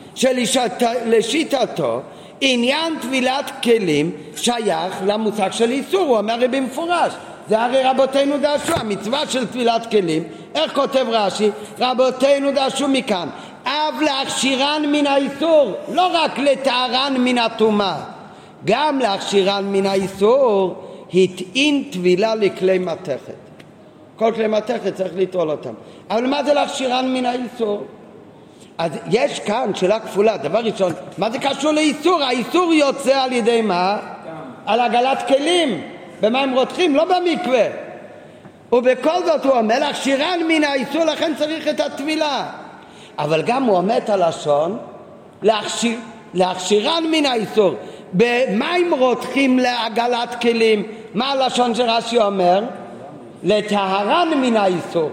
שלשיטתו עניין טבילת כלים שייך למושג של איסור. הוא אומר במפורש, זה הרי רבותינו דרשו, המצווה של טבילת כלים. איך כותב רש"י? רבותינו דרשו מכאן אף להכשירן מן האיסור, לא רק לטהרן מן הטומאה, גם להכשירן מן האיסור התאים טבילה לכלי מתכת. כל כלי מתכת צריך לטעול אותם. אבל מה זה להכשירן מן האיסור? אז יש כאן שאלה כפולה. דבר ראשון, מה זה קשור לאיסור? האיסור יוצא על ידי מה? על עגלת כלים במים רותחים, לא במקווה. ובכל זאת הוא אומר להכשירן מן האיסור, לכן צריך את הטבילה. אבל גם הוא עומד על לשון להכשיר, להכשירן מן האיסור במים רותחים לעגלת כלים. מה הלשון שרש"י אומר? לטהרן מן האיסור.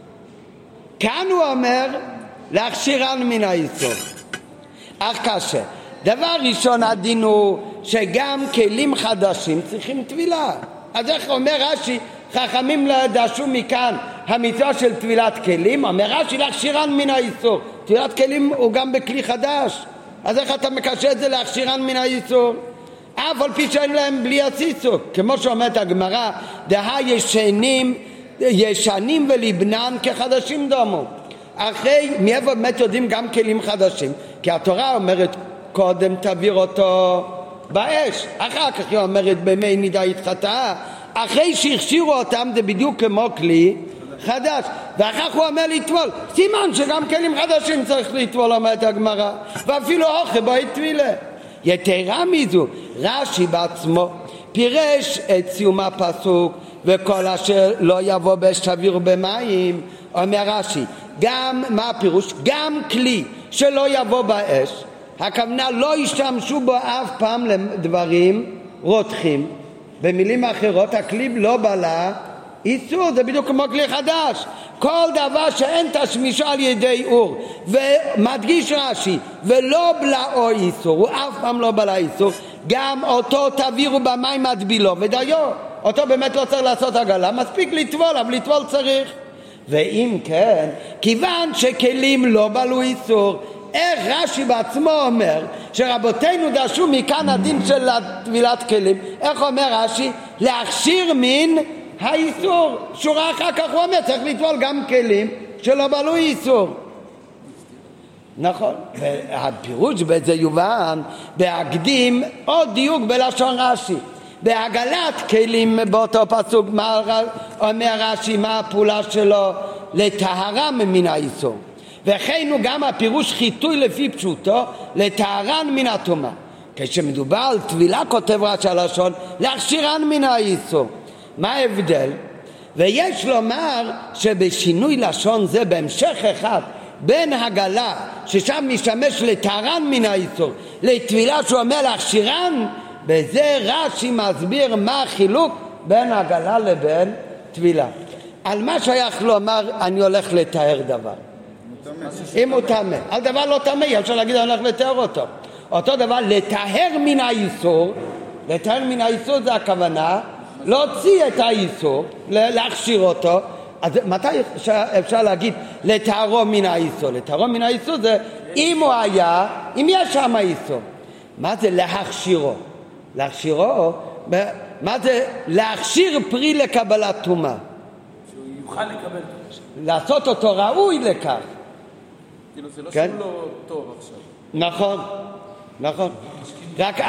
כאן הוא אומר להכשירן מן האיסור. אך קשה. דבר ראשון הדין הוא שגם כלים חדשים צריכים טבילה. אז איך אומר רש"י? חכמים דרשו מכאן המצווה של טבילת כלים, אומר רש"י להכשירן מן האיסור. טבילת כלים הוא גם בכלי חדש, אז איך אתה מקשר את זה להכשירן מן האיסור? אף על פי שאין להם בלי הציצוק, כמו שאומרת הגמרא, דה ישנים, ישנים ולבנן כחדשים דומו. אחרי, מאיפה באמת יודעים גם כלים חדשים? כי התורה אומרת קודם תעביר אותו באש, אחר כך היא אומרת במי נידה יתחטא. אחרי שהכשירו אותם זה בדיוק כמו כלי חדש, ואחר כך הוא אומר לטבול. סימן שגם כלים חדשים צריך לטבול, אומרת הגמרא, ואפילו אוכל בו יטבילה. יתרה מזו, רש"י בעצמו פירש את סיום הפסוק וכל אשר לא יבוא באש תעבירו במים. אומר רש"י, גם מה הפירוש? גם כלי שלא יבוא באש, הכוונה לא ישתמשו בו אף פעם לדברים רותחים. במילים אחרות, הכלי לא בלה איסור, זה בדיוק כמו כלי חדש. כל דבר שאין תשמישו על ידי אור, ומדגיש רש"י, ולא בלעו איסור, הוא אף פעם לא בלה איסור, גם אותו תעבירו במים מטבילו ודיו. אותו באמת לא צריך לעשות עגלה, מספיק לטבול, אבל לטבול צריך. ואם כן, כיוון שכלים לא בלו איסור, איך רש"י בעצמו אומר שרבותינו דרשו מכאן הדין של טבילת כלים? איך אומר רש"י? להכשיר מן האיסור. שורה אחר כך הוא אומר צריך לטבול גם כלים שלא בלו איסור. נכון, והפירוש בזה יובן בהקדים עוד דיוק בלשון רש"י. בהגלת כלים באותו פסוק אומר רש"י מה הפעולה שלו לטהרה מן האיסור, וכן הוא גם הפירוש חיטוי לפי פשוטו לטהרן מן הטומאה. כשמדובר על טבילה כותב רש"י הלשון להכשירן מן האיסור. מה ההבדל? ויש לומר שבשינוי לשון זה בהמשך אחד בין הגלה ששם משתמש לטהרן מן האיסור לטבילה שהוא אומר להכשירן, בזה רש"י מסביר מה החילוק בין הגלה לבין טבילה. על מה שייך לומר אני הולך לטהר דבר? אם הוא טמא. על דבר לא טמא אפשר להגיד אני הולך לטהר אותו. אותו דבר לטהר מן האיסור, לטהר מן האיסור זה הכוונה להוציא את האיסור, להכשיר אותו. אז מתי אפשר להגיד לטהרו מן האיסור? לטהרו מן האיסור זה אם הוא היה, אם יש שם האיסור. מה זה להכשירו? להכשירו, מה זה להכשיר פרי לקבלת טומאה? שהוא יוכל לקבל. לעשות אותו ראוי לכך. כאילו זה לא שהוא לא טוב עכשיו. נכון, נכון. רק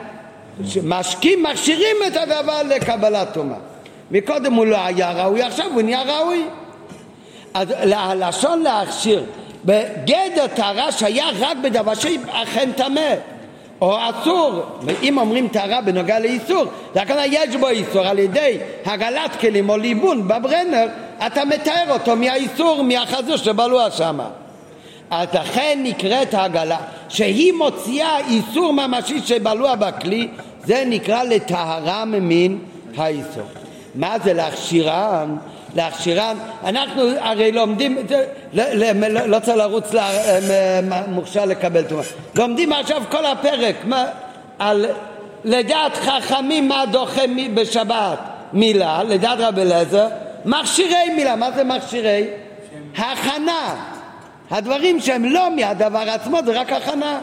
משקים מכשירים את הדבר לקבלת טומאה. מקודם הוא לא היה ראוי, עכשיו הוא נהיה ראוי. אז הלשון להכשיר בגדר טהרה שהיה רק בדבר שאכן טמא או אסור. אם אומרים טהרה בנוגע לאיסור, זה הכוונה יש בו איסור, על ידי הגלת כלים או ליבון בברנר אתה מתאר אותו מהאיסור, מהחזור שבלוע שמה. אז לכן נקראת הגלה שהיא מוציאה איסור ממשי שבלוע בכלי, זה נקרא לטהרה מן האיסור. מה זה להכשירן? להכשירן, אנחנו הרי לומדים, לא צריך לרוץ למוכשר לקבל טומאה, לומדים עכשיו כל הפרק על לדעת חכמים מה דוחה בשבת מילה, לדעת רב אליעזר מכשירי מילה. מה זה מכשירי? הכנה, הדברים שהם לא מהדבר עצמו זה רק הכנה.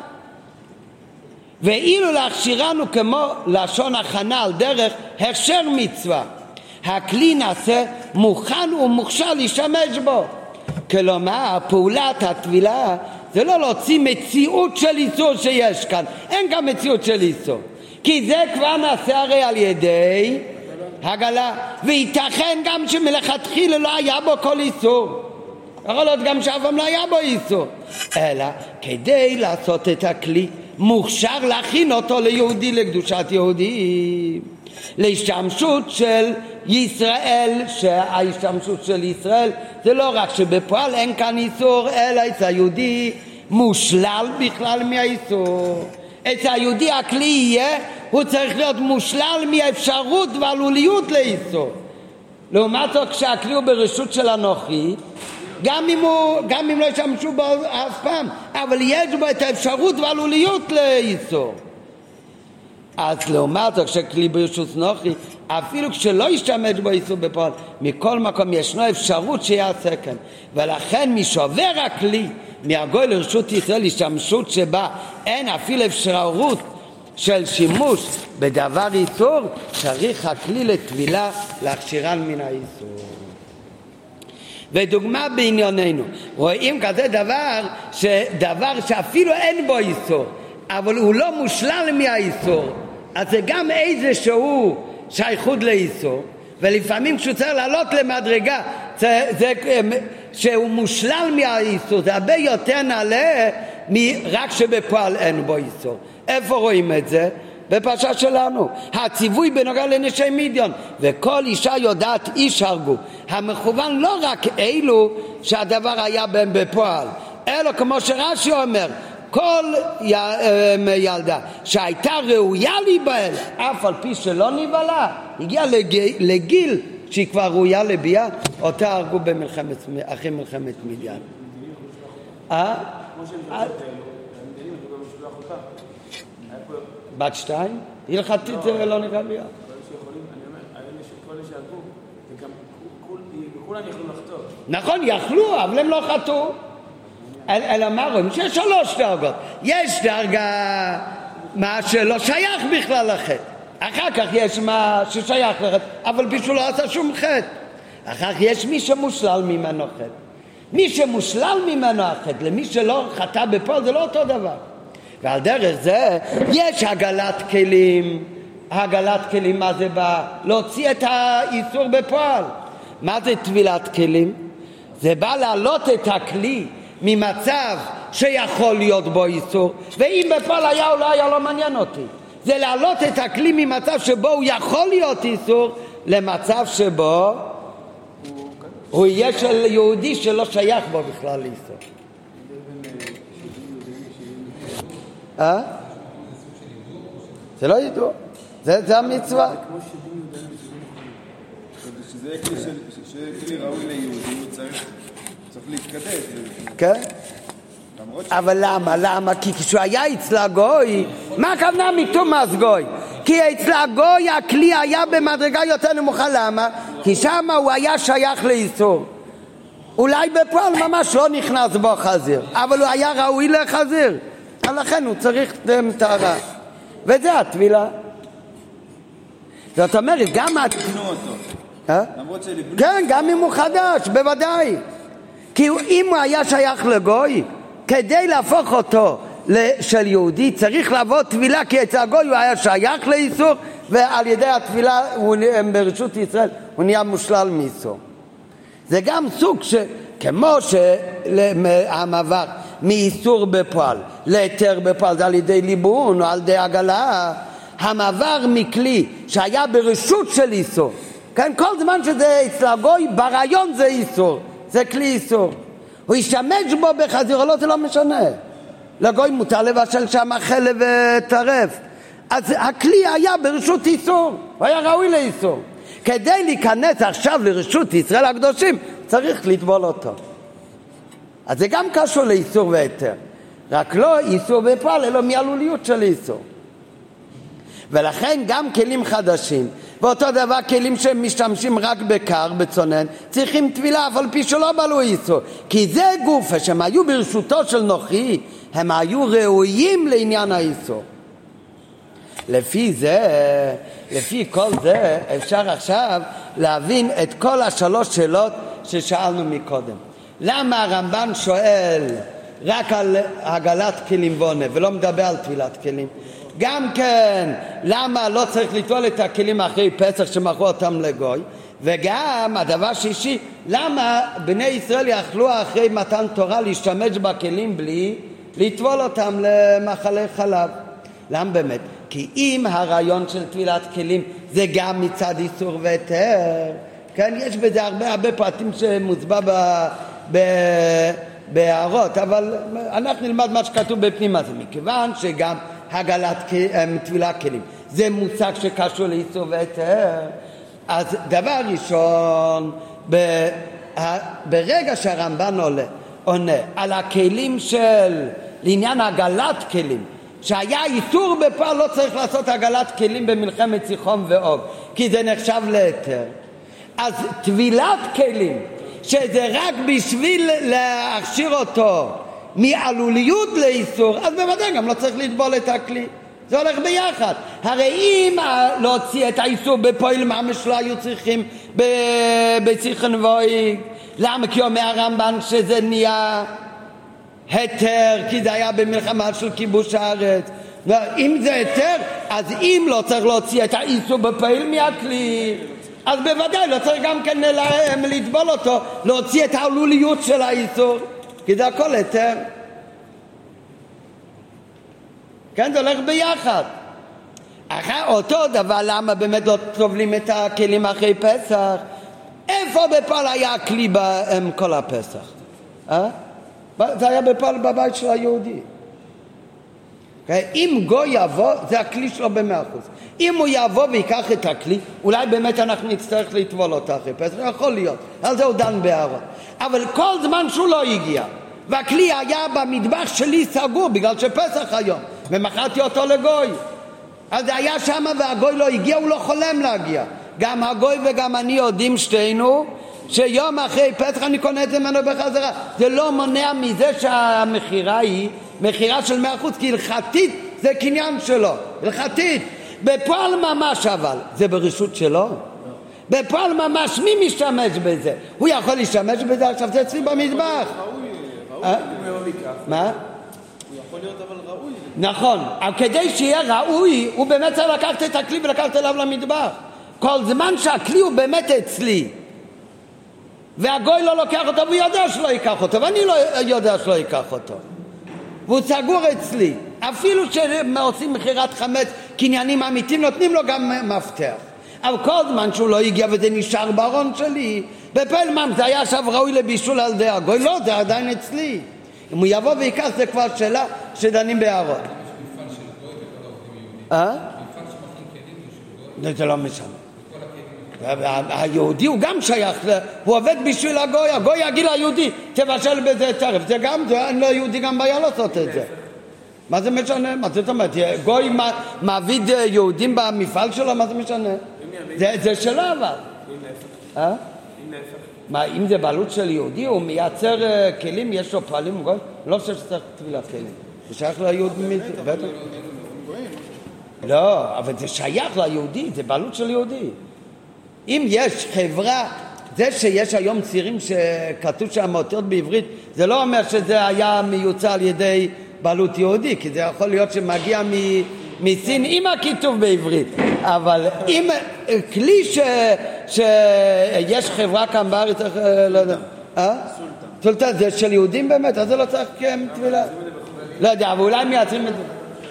ואילו להכשירנו כמו לשון הכנה על דרך הכשר מצווה, הכלי נעשה מוכן ומוכשר להשתמש בו. כלומר פעולת הטבילה זה לא להוציא מציאות של איסור שיש כאן, אין גם מציאות של איסור, כי זה כבר נעשה הרי על ידי הגלה, וייתכן גם שמלכתחילה לא היה בו כל איסור, יכול להיות גם שאף פעם לא היה בו איסור, אלא כדי לעשות את הכלי מוכשר להכין אותו ליהודי, לקדושת יהודי, להשתמשות של ישראל, שההשתמשות של ישראל זה לא רק שבפועל אין כאן איסור, אלא אצל היהודי מושלל בכלל מהאיסור. אצל היהודי הכלי יהיה, הוא צריך להיות מושלל מהאפשרות והעלוליות לאיסור. לעומת זאת כשהכלי הוא ברשות של אנוכי, גם אם, הוא, גם אם לא ישתמשו בו אף פעם, אבל יש בו את האפשרות והעלוליות לאיסור. אז לעומת זאת כשכלי ברשות נוחי, אפילו כשלא ישתמש בו איסור בפועל, מכל מקום ישנו אפשרות שיעשה כן, ולכן משובר הכלי מהגוי לרשות ישראל השתמשות שבה אין אפילו אפשרות של שימוש בדבר איסור, צריך הכלי לטבילה להכשירן מן האיסור. ודוגמה בענייננו, רואים כזה דבר, שדבר שאפילו אין בו איסור, אבל הוא לא מושלל מהאיסור, אז זה גם איזשהו שייכות לאיסור, ולפעמים כשהוא צריך לעלות למדרגה זה, זה, שהוא מושלל מהאיסור, זה הרבה יותר נעלה רק שבפועל אין בו איסור. איפה רואים את זה? בפרשה שלנו, הציווי בנוגע לנשי מדיון, וכל אישה יודעת איש הרגו, המכוון לא רק אילו שהדבר היה בהם בפועל, אלא כמו שרש"י אומר, כל ילדה שהייתה ראויה להיבעל אף על פי שלא נבעלה, הגיעה לגיל, לגיל שהיא כבר ראויה לביאה, אותה הרגו במלחמת, אחרי מלחמת מדיין. אה? בת שתיים? הלכתית זה לא נקרא ביאה. כולם יכלו לחתור. נכון, יכלו, אבל הם לא חתו. אלא מה רואים? שיש שלוש דרגות. יש דרגה מה שלא שייך בכלל לחטא, אחר כך יש מה ששייך לחטא אבל בשביל לא עשה שום חטא, אחר כך יש מי שמושלל ממנו חטא, מי שמושלל ממנו החטא, למי שלא חטא בפועל, זה לא אותו דבר. ועל דרך זה יש הגלת כלים. הגלת כלים, מה זה בא? להוציא את האיסור בפועל. מה זה טבילת כלים? זה בא להעלות את הכלי ממצב שיכול להיות בו איסור, ואם בפועל היה או לא היה, לא מעניין אותי. זה להעלות את הכלי ממצב שבו הוא יכול להיות איסור למצב שבו הוא יהיה של יהודי שלא שייך בו בכלל לאיסור. אה? זה לא ידוע, זה, זה המצווה. שזה כלי ראוי ליהודי, הוא צריך להתקדש. כן? אבל למה? למה? כי כשהוא היה אצלה גוי, מה הכוונה מתומאס גוי? כי אצלה גוי הכלי היה במדרגה יותר נמוכה. למה? כי שם הוא היה שייך לאיסור. אולי בפועל ממש לא נכנס בו חזיר, אבל הוא היה ראוי לחזיר, לכן הוא צריך טהרה, וזה הטבילה. זאת אומרת, גם לבנו אותו. למרות שלבנו... כן, גם אם הוא חדש, בוודאי. כי אם הוא היה שייך לגוי, כדי להפוך אותו של יהודי צריך לעבור טבילה, כי אצל הגוי הוא היה שייך לאיסור, ועל ידי הטבילה ברשות ישראל הוא נהיה מושלל מאיסור. זה גם סוג שכמו שהמעבר מאיסור בפועל ליתר בפועל זה על ידי ליבון או על ידי עגלה, המעבר מכלי שהיה ברשות של איסור, כן, כל זמן שזה אצל הגוי ברעיון זה איסור, זה כלי איסור, הוא ישתמש בו בחזיר או לא, זה לא משנה. לגוי מותר לבשל שם חלב וטרף, אז הכלי היה ברשות איסור, הוא היה ראוי לאיסור. כדי להיכנס עכשיו לרשות ישראל הקדושים צריך לטבול אותו. אז זה גם קשור לאיסור והיתר, רק לא איסור בפועל אלא מהלוליות של איסור. ולכן גם כלים חדשים, ואותו דבר כלים שמשתמשים רק בקר, בצונן, צריכים טבילה אף על פי שלא בלו איסור, כי זה גופה שהם היו ברשותו של נוחי, הם היו ראויים לעניין האיסור. לפי זה, לפי כל זה אפשר עכשיו להבין את כל השלוש שאלות ששאלנו מקודם. למה הרמב"ן שואל רק על הגלת כלים ועונה ולא מדבר על טבילת כלים? גם כן, למה לא צריך לטול את הכלים אחרי פסח שמכרו אותם לגוי? וגם הדבר שישי, למה בני ישראל יכלו אחרי מתן תורה להשתמש בכלים בלי לטבול אותם למאכלי חלב? למה באמת? כי אם הרעיון של טבילת כלים זה גם מצד איסור והיתר, כן, יש בזה הרבה הרבה פרטים שמוסבר בהערות, אבל אנחנו נלמד מה שכתוב בפנים הזה, מכיוון שגם הגלת טבילת כלים זה מושג שקשור לאיסור והיתר. אז דבר ראשון, ברגע שהרמב"ן עולה עונה על הכלים של לעניין הגלת כלים שהיה איסור בפועל, לא צריך לעשות הגלת כלים במלחמת סיחון ואוג כי זה נחשב להיתר. אז טבילת כלים שזה רק בשביל להכשיר אותו מעלוליות לאיסור, אז בוודאי גם לא צריך לטבול את הכלי, זה הולך ביחד. הרי אם להוציא את האיסור בפועל ממש לא היו צריכים בסיחון ואוג. למה? כי אומר הרמב"ן שזה נהיה היתר, כי זה היה במלחמה של כיבוש הארץ. אם זה היתר, אז אם לא צריך להוציא את האיסור בפועל מהכלי, אז בוודאי לא צריך גם כן לטבול אותו, להוציא את העלוליות של האיסור, כי זה הכל היתר. כן, זה הולך ביחד. אחרי אותו דבר, למה באמת לא טובלים את הכלים אחרי פסח? איפה בפועל היה הכלי כל הפסח? אה? זה היה בפועל בבית של היהודי. אם גוי יבוא, זה הכלי שלו במאה אחוז. אם הוא יבוא ויקח את הכלי, אולי באמת אנחנו נצטרך לטבול אותה אחרי פסח, יכול להיות, על זה הוא דן בהערות. אבל כל זמן שהוא לא הגיע, והכלי היה במטבח שלי סגור, בגלל שפסח היום, ומחרתי אותו לגוי, אז זה היה שם והגוי לא הגיע, הוא לא חולם להגיע. גם הגוי וגם אני יודעים שתינו, שיום אחרי פסח אני קונה את זה ממנו בחזרה. זה לא מונע מזה שהמחירה היא מחירה של מאה אחוז, כי הלכתית זה קניין שלו, הלכתית. בפועל ממש אבל, זה ברשות שלו. בפועל ממש מי משתמש בזה? הוא יכול להשתמש בזה עכשיו, זה אצלי במטבח. מה? הוא יכול להיות אבל ראוי. נכון, אבל כדי שיהיה ראוי, הוא באמת צריך לקחת את הכלי ולקחת אליו למטבח. כל זמן שהכלי הוא באמת אצלי, והגוי לא לוקח אותו, והוא יודע שלא ייקח אותו, ואני לא יודע שלא ייקח אותו. והוא סגור אצלי. אפילו שעושים מחירת חמץ, קניינים אמיתיים, נותנים לו גם מפתח. אבל כל זמן שהוא לא הגיע וזה נשאר בארון שלי, בפעל מה, זה היה עכשיו ראוי לבישול על ידי הגוי? לא, זה עדיין אצלי. אם הוא יבוא ויקח, זה כבר שאלה שדנים בארון. אה? זה לא משנה. היהודי הוא גם שייך, הוא עובד בשביל הגוי, הגוי יגיד ליהודי, תבשל בזה טרף, זה גם, אין לו יהודי גם בעיה לעשות את זה. מה זה משנה? מה זאת אומרת? גוי מעביד יהודים במפעל שלו, מה זה משנה? זה שלו אבל. אה? מה, אם זה בעלות של יהודי, הוא מייצר כלים, יש לו פועלים, גוי? לא חושב שצריך טבילת כלים. זה שייך ליהודי, בטח. לא, אבל זה שייך ליהודי, זה בעלות של יהודי. אם יש חברה, זה שיש היום צירים שכתוב שם אותיות בעברית, זה לא אומר שזה היה מיוצא על ידי בעלות יהודי, כי זה יכול להיות שמגיע מ, מסין עם הכיתוב בעברית. אבל אם כלי ש, שיש חברה כאן בארץ, לא יודע, אה? סולטן, זה של יהודים באמת, אז זה לא צריך טבילה. לא יודע, אבל אולי מייצרים את זה.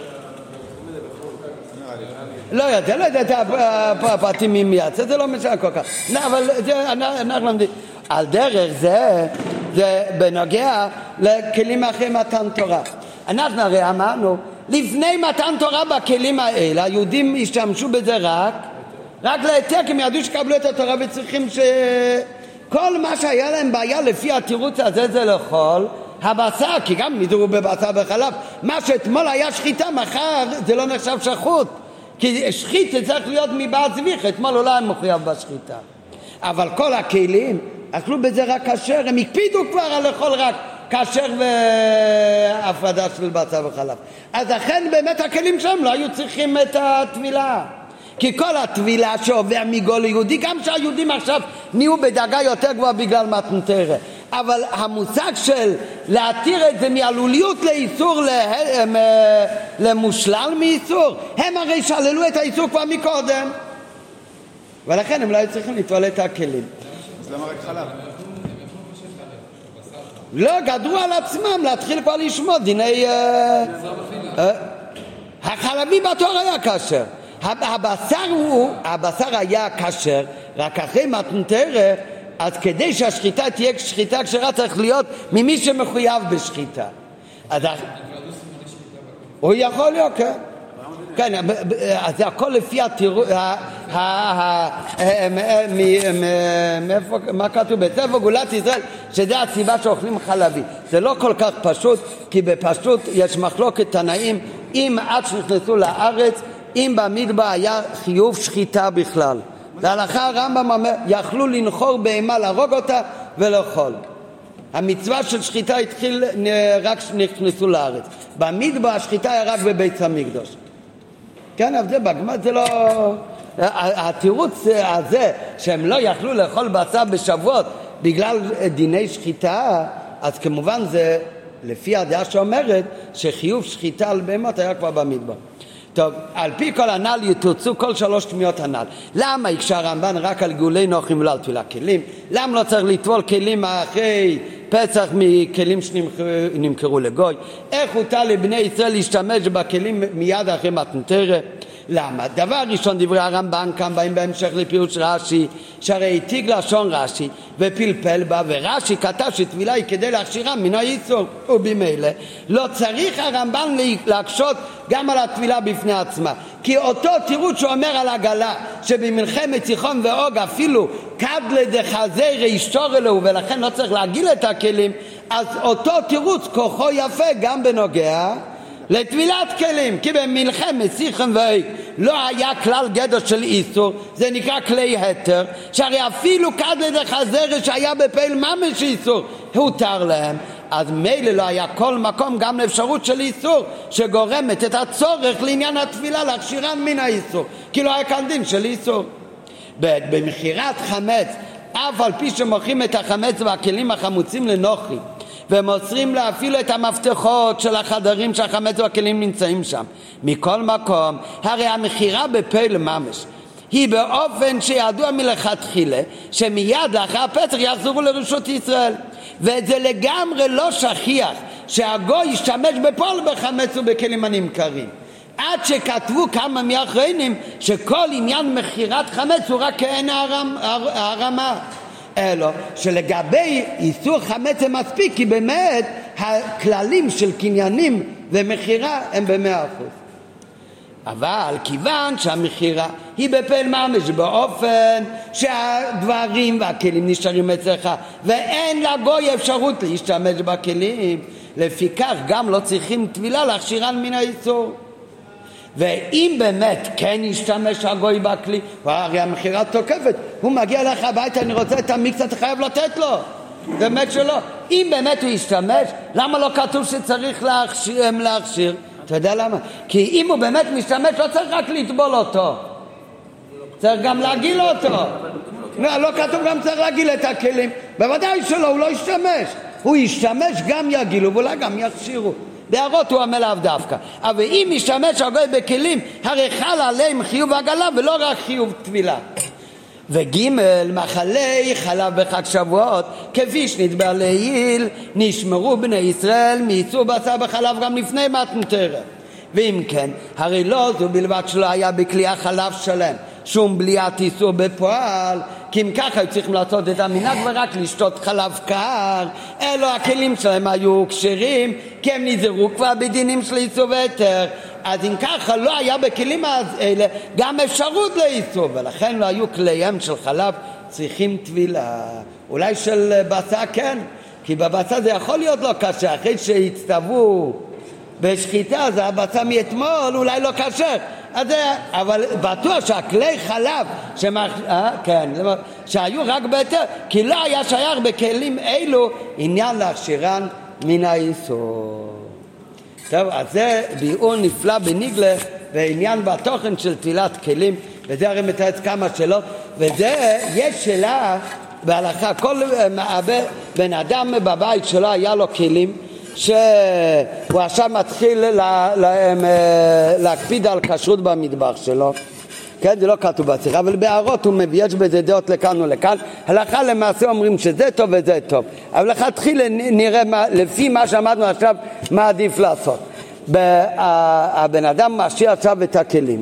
לא יודע, לא יודע את הפרטים מי מייצא, זה לא משנה כל כך. אבל אנחנו לומדים. על דרך זה, זה בנוגע לכלים אחרי מתן תורה. אנחנו הרי אמרנו, לפני מתן תורה בכלים האלה, היהודים השתמשו בזה רק, רק להיתר, כי הם ידעו שקבלו את התורה וצריכים שכל מה שהיה להם בעיה לפי התירוץ הזה זה לאכול, הבשר, כי גם נדרו בבשר וחלב, מה שאתמול היה שחיטה, מחר זה לא נחשב שחוט. כי שחית זה צריך להיות מבעד זביח, אתמול אולי הם מחויב בשחיטה. אבל כל הכלים, אכלו בזה רק כשר, הם הקפידו כבר על לאכול רק כשר והפרדה של בשר וחלב. אז אכן באמת הכלים שלהם לא היו צריכים את הטבילה. כי כל הטבילה שעובר מגוי ליהודי, גם שהיהודים עכשיו נהיו בדרגה יותר גבוהה בגלל מתן תורה. אבל המושג של להתיר את זה מעלוליות לאיסור למושלל מאיסור, הם הרי שללו את האיסור כבר מקודם, ולכן הם לא היו צריכים לטבול את הכלים. אז למה רק חלב? לא, גדרו על עצמם להתחיל כבר לשמוע דיני החלבי בתור היה כשר, הבשר הוא הבשר היה כשר רק אחרי מתן תורה. אז כדי שהשחיטה תהיה שחיטה כשרה צריך להיות ממי שמחויב בשחיטה. אז הוא יכול להיות, כן. כן, אז זה הכל לפי התירוץ, מה כתוב בספר גאולת ישראל, שזה הסיבה שאוכלים חלבי. זה לא כל כך פשוט, כי בפשוט יש מחלוקת תנאים, אם עד שנכנסו לארץ, אם במדבר היה חיוב שחיטה בכלל. להלכה הרמב"ם אומר, יכלו לנחור בהמה, להרוג אותה ולאכול. המצווה של שחיטה התחיל רק כשנכנסו לארץ. במדבר השחיטה היה רק בבית המקדש. כן, אבל זה בגמרא, זה לא... התירוץ הזה שהם לא יכלו לאכול בשר בשבועות בגלל דיני שחיטה, אז כמובן זה לפי הדעה שאומרת שחיוב שחיטה על בהמות היה כבר במדבר. טוב, על פי כל הנ"ל יתוצאו כל שלוש תמיהות הנ"ל. למה יקשה הרמב"ן רק על גאולי נוחים ולא על תפילה כלים? למה לא צריך לטבול כלים אחרי פסח מכלים שנמכרו לגוי? איך הותר לבני ישראל להשתמש בכלים מיד אחרי מתן תורה? למה? דבר ראשון, דברי הרמב"ן כאן באים בהמשך לפירוש רש"י, שהרי התיג לשון רש"י ופלפל בה, ורש"י כתב שטבילה היא כדי להכשירה מן האיסור, ובמילא לא צריך הרמב"ן להקשות גם על הטבילה בפני עצמה, כי אותו תירוץ שאומר על הגלה שבמלחמת ציחון ואוג אפילו קדלה דחזי רישור אלוהו ולכן לא צריך להגיל את הכלים, אז אותו תירוץ כוחו יפה גם בנוגע לטבילת כלים, כי במלחמת ציחון ואוג לא היה כלל גדר של איסור, זה נקרא כלי התר, שהרי אפילו קדלה דחזי שהיה בפעיל ממש איסור הותר להם, אז מילא לא היה כל מקום גם לאפשרות של איסור שגורמת את הצורך לעניין התפילה להכשירן מן האיסור, כי לא היה כאן דין של איסור. במכירת חמץ, אף על פי שמוכרים את החמץ והכלים החמוצים לנוכרי, ומוסרים לה אפילו את המפתחות של החדרים שהחמץ והכלים נמצאים שם. מכל מקום, הרי המכירה בפועל ממש היא באופן שידוע מלכתחילה שמיד לאחר הפסח יחזרו לרשות ישראל, וזה לגמרי לא שכיח שהגוי ישתמש בפועל בחמץ ובכלים הנמכרים, עד שכתבו כמה מאחרונים שכל עניין מכירת חמץ הוא רק כעין הרמה, אלו שלגבי איסור חמץ זה מספיק, כי באמת הכללים של קניינים ומכירה הם במאה אחוז. אבל כיוון שהמכירה היא בפועל ממש באופן שהדברים והכלים נשארים אצלך ואין לגוי אפשרות להשתמש בכלים, לפיכך גם לא צריכים טבילה להכשירן מן האיסור. ואם באמת כן ישתמש הגוי בכלי, הרי המכירה תוקפת, הוא מגיע לך הביתה, אני רוצה את המקצת, אתה חייב לתת לו, באמת שלא. אם באמת הוא ישתמש, למה לא כתוב שצריך להכשיר, להכשיר? אתה יודע למה? כי אם הוא באמת משתמש, לא צריך רק לטבול אותו, צריך גם להגיל אותו. לא, לא כתוב גם צריך להגיל את הכלים, בוודאי שלא, הוא לא ישתמש, הוא ישתמש גם יגילו ואולי גם יכשירו. בהערות הוא עמל עליו דווקא. אבל אם ישתמש הגוי בכלים, הרי חל עליהם חיוב עגלה ולא רק חיוב טבילה. וגימל, מחלי חלב בחג שבועות, כפי שנדבר לעיל, נשמרו בני ישראל מאיסור בשר בחלב גם לפני מתן תורה. ואם כן, הרי לא זו בלבד שלא היה בכלי החלב שלם שום בליעת איסור בפועל, כי אם ככה היו צריכים לעשות את המנהג ורק לשתות חלב קר, אלו הכלים שלהם היו כשרים, כי הם נזהרו כבר בדינים של איסור והיתר. אז אם ככה לא היה בכלים האלה גם אפשרות לאיסור, ולכן לא היו כליהם של חלב צריכים טבילה. אולי של בשר כן, כי בבשר זה יכול להיות לא קשה, אחרי שהצטוו בשחיטה זה הבשר מאתמול אולי לא קשה, אז זה, אבל בטוח שהכלי חלב שמח... אה, כן, שהיו רק ביתר, כי לא היה שייך בכלים אלו עניין להכשירן מן האיסור. טוב, אז זה ביאור נפלא בניגלה ועניין בתוכן של טבילת כלים, וזה הרי מתאץ כמה שאלות, וזה יש שאלה בהלכה, כל מעבר בן אדם בבית שלו היה לו כלים שהוא עכשיו מתחיל לה, לה, להקפיד על כשרות במטבח שלו, כן, זה לא כתוב בשיחה, אבל בהערות הוא מביא, יש בזה דעות לכאן ולכאן, הלכה למעשה אומרים שזה טוב וזה טוב, אבל לכתחילה נראה מה, לפי מה שאמרנו עכשיו מה עדיף לעשות. הבן אדם משאיר עכשיו את הכלים,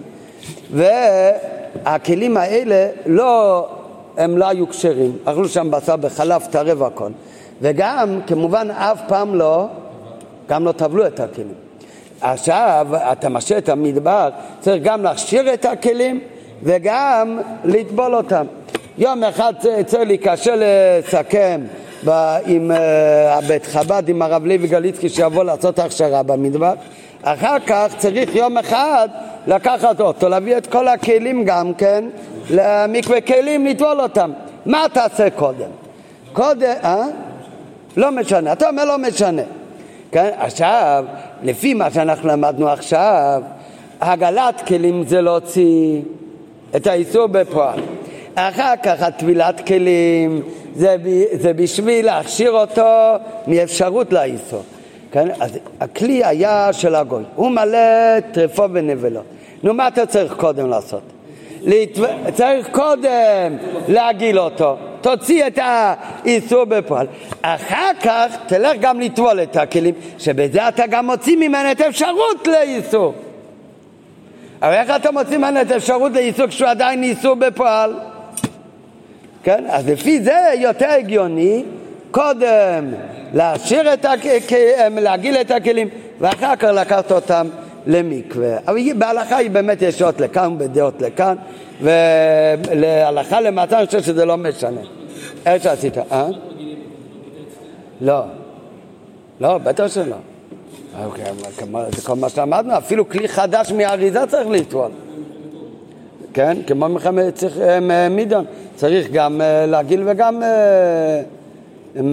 והכלים האלה לא, הם לא היו כשרים, אכלו שם בשר בחלב טרף הכל, וגם כמובן אף פעם לא, גם לא טבלו את הכלים. עכשיו אתה משאיר את המטבח, צריך גם להכשיר את הכלים וגם לטבול אותם. יום אחד צריך לי קשה לסכם עם הבית חב"ד, עם הרב לוי גליצקי שיבוא לעשות הכשרה במטבח. אחר כך צריך יום אחד לקחת אותו, להביא את כל הכלים גם כן למקווה כלים, לטבול אותם. מה תעשה קודם? קודם, אה? לא משנה, אתה אומר לא משנה. כן? עכשיו, לפי מה שאנחנו למדנו עכשיו, הגלת כלים זה להוציא את האיסור בפועל. אחר כך הטבילת כלים זה, זה בשביל להכשיר אותו מאפשרות לאיסור. כן? אז הכלי היה של הגוי, הוא מלא טרפו ונבלות. נו, מה אתה צריך קודם לעשות? להתו... צריך קודם להגיל אותו, תוציא את האיסור בפועל, אחר כך תלך גם לטבול את הכלים, שבזה אתה גם מוציא ממנו את אפשרות לאיסור. אבל איך אתה מוציא ממנו את אפשרות לאיסור כשהוא עדיין איסור בפועל? כן? אז לפי זה יותר הגיוני קודם להשאיר את הכלים, להגיל את הכלים, ואחר כך לקחת אותם למקווה. אבל בהלכה היא באמת יש עוד לכאן ובדעות לכאן, ולהלכה למעשה אני חושב שזה לא משנה. איך שעשית? אה? לא. לא, בטח שלא. זה כל מה שאמרנו, אפילו כלי חדש מהאריזה צריך לטבול. כן? כמו מלחמת מידון. צריך גם להגיל וגם... קודם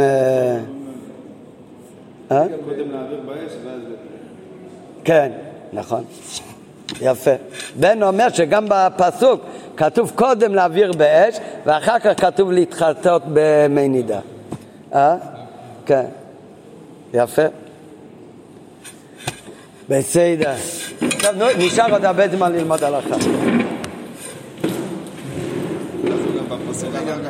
להעביר באש ואז... כן, נכון. יפה. בן אומר שגם בפסוק כתוב קודם להעביר באש, ואחר כך כתוב להתחטאות במי נידה. אה? כן. יפה. בסדר. טוב, נו, נשאר עוד הרבה זמן ללמוד הלכה.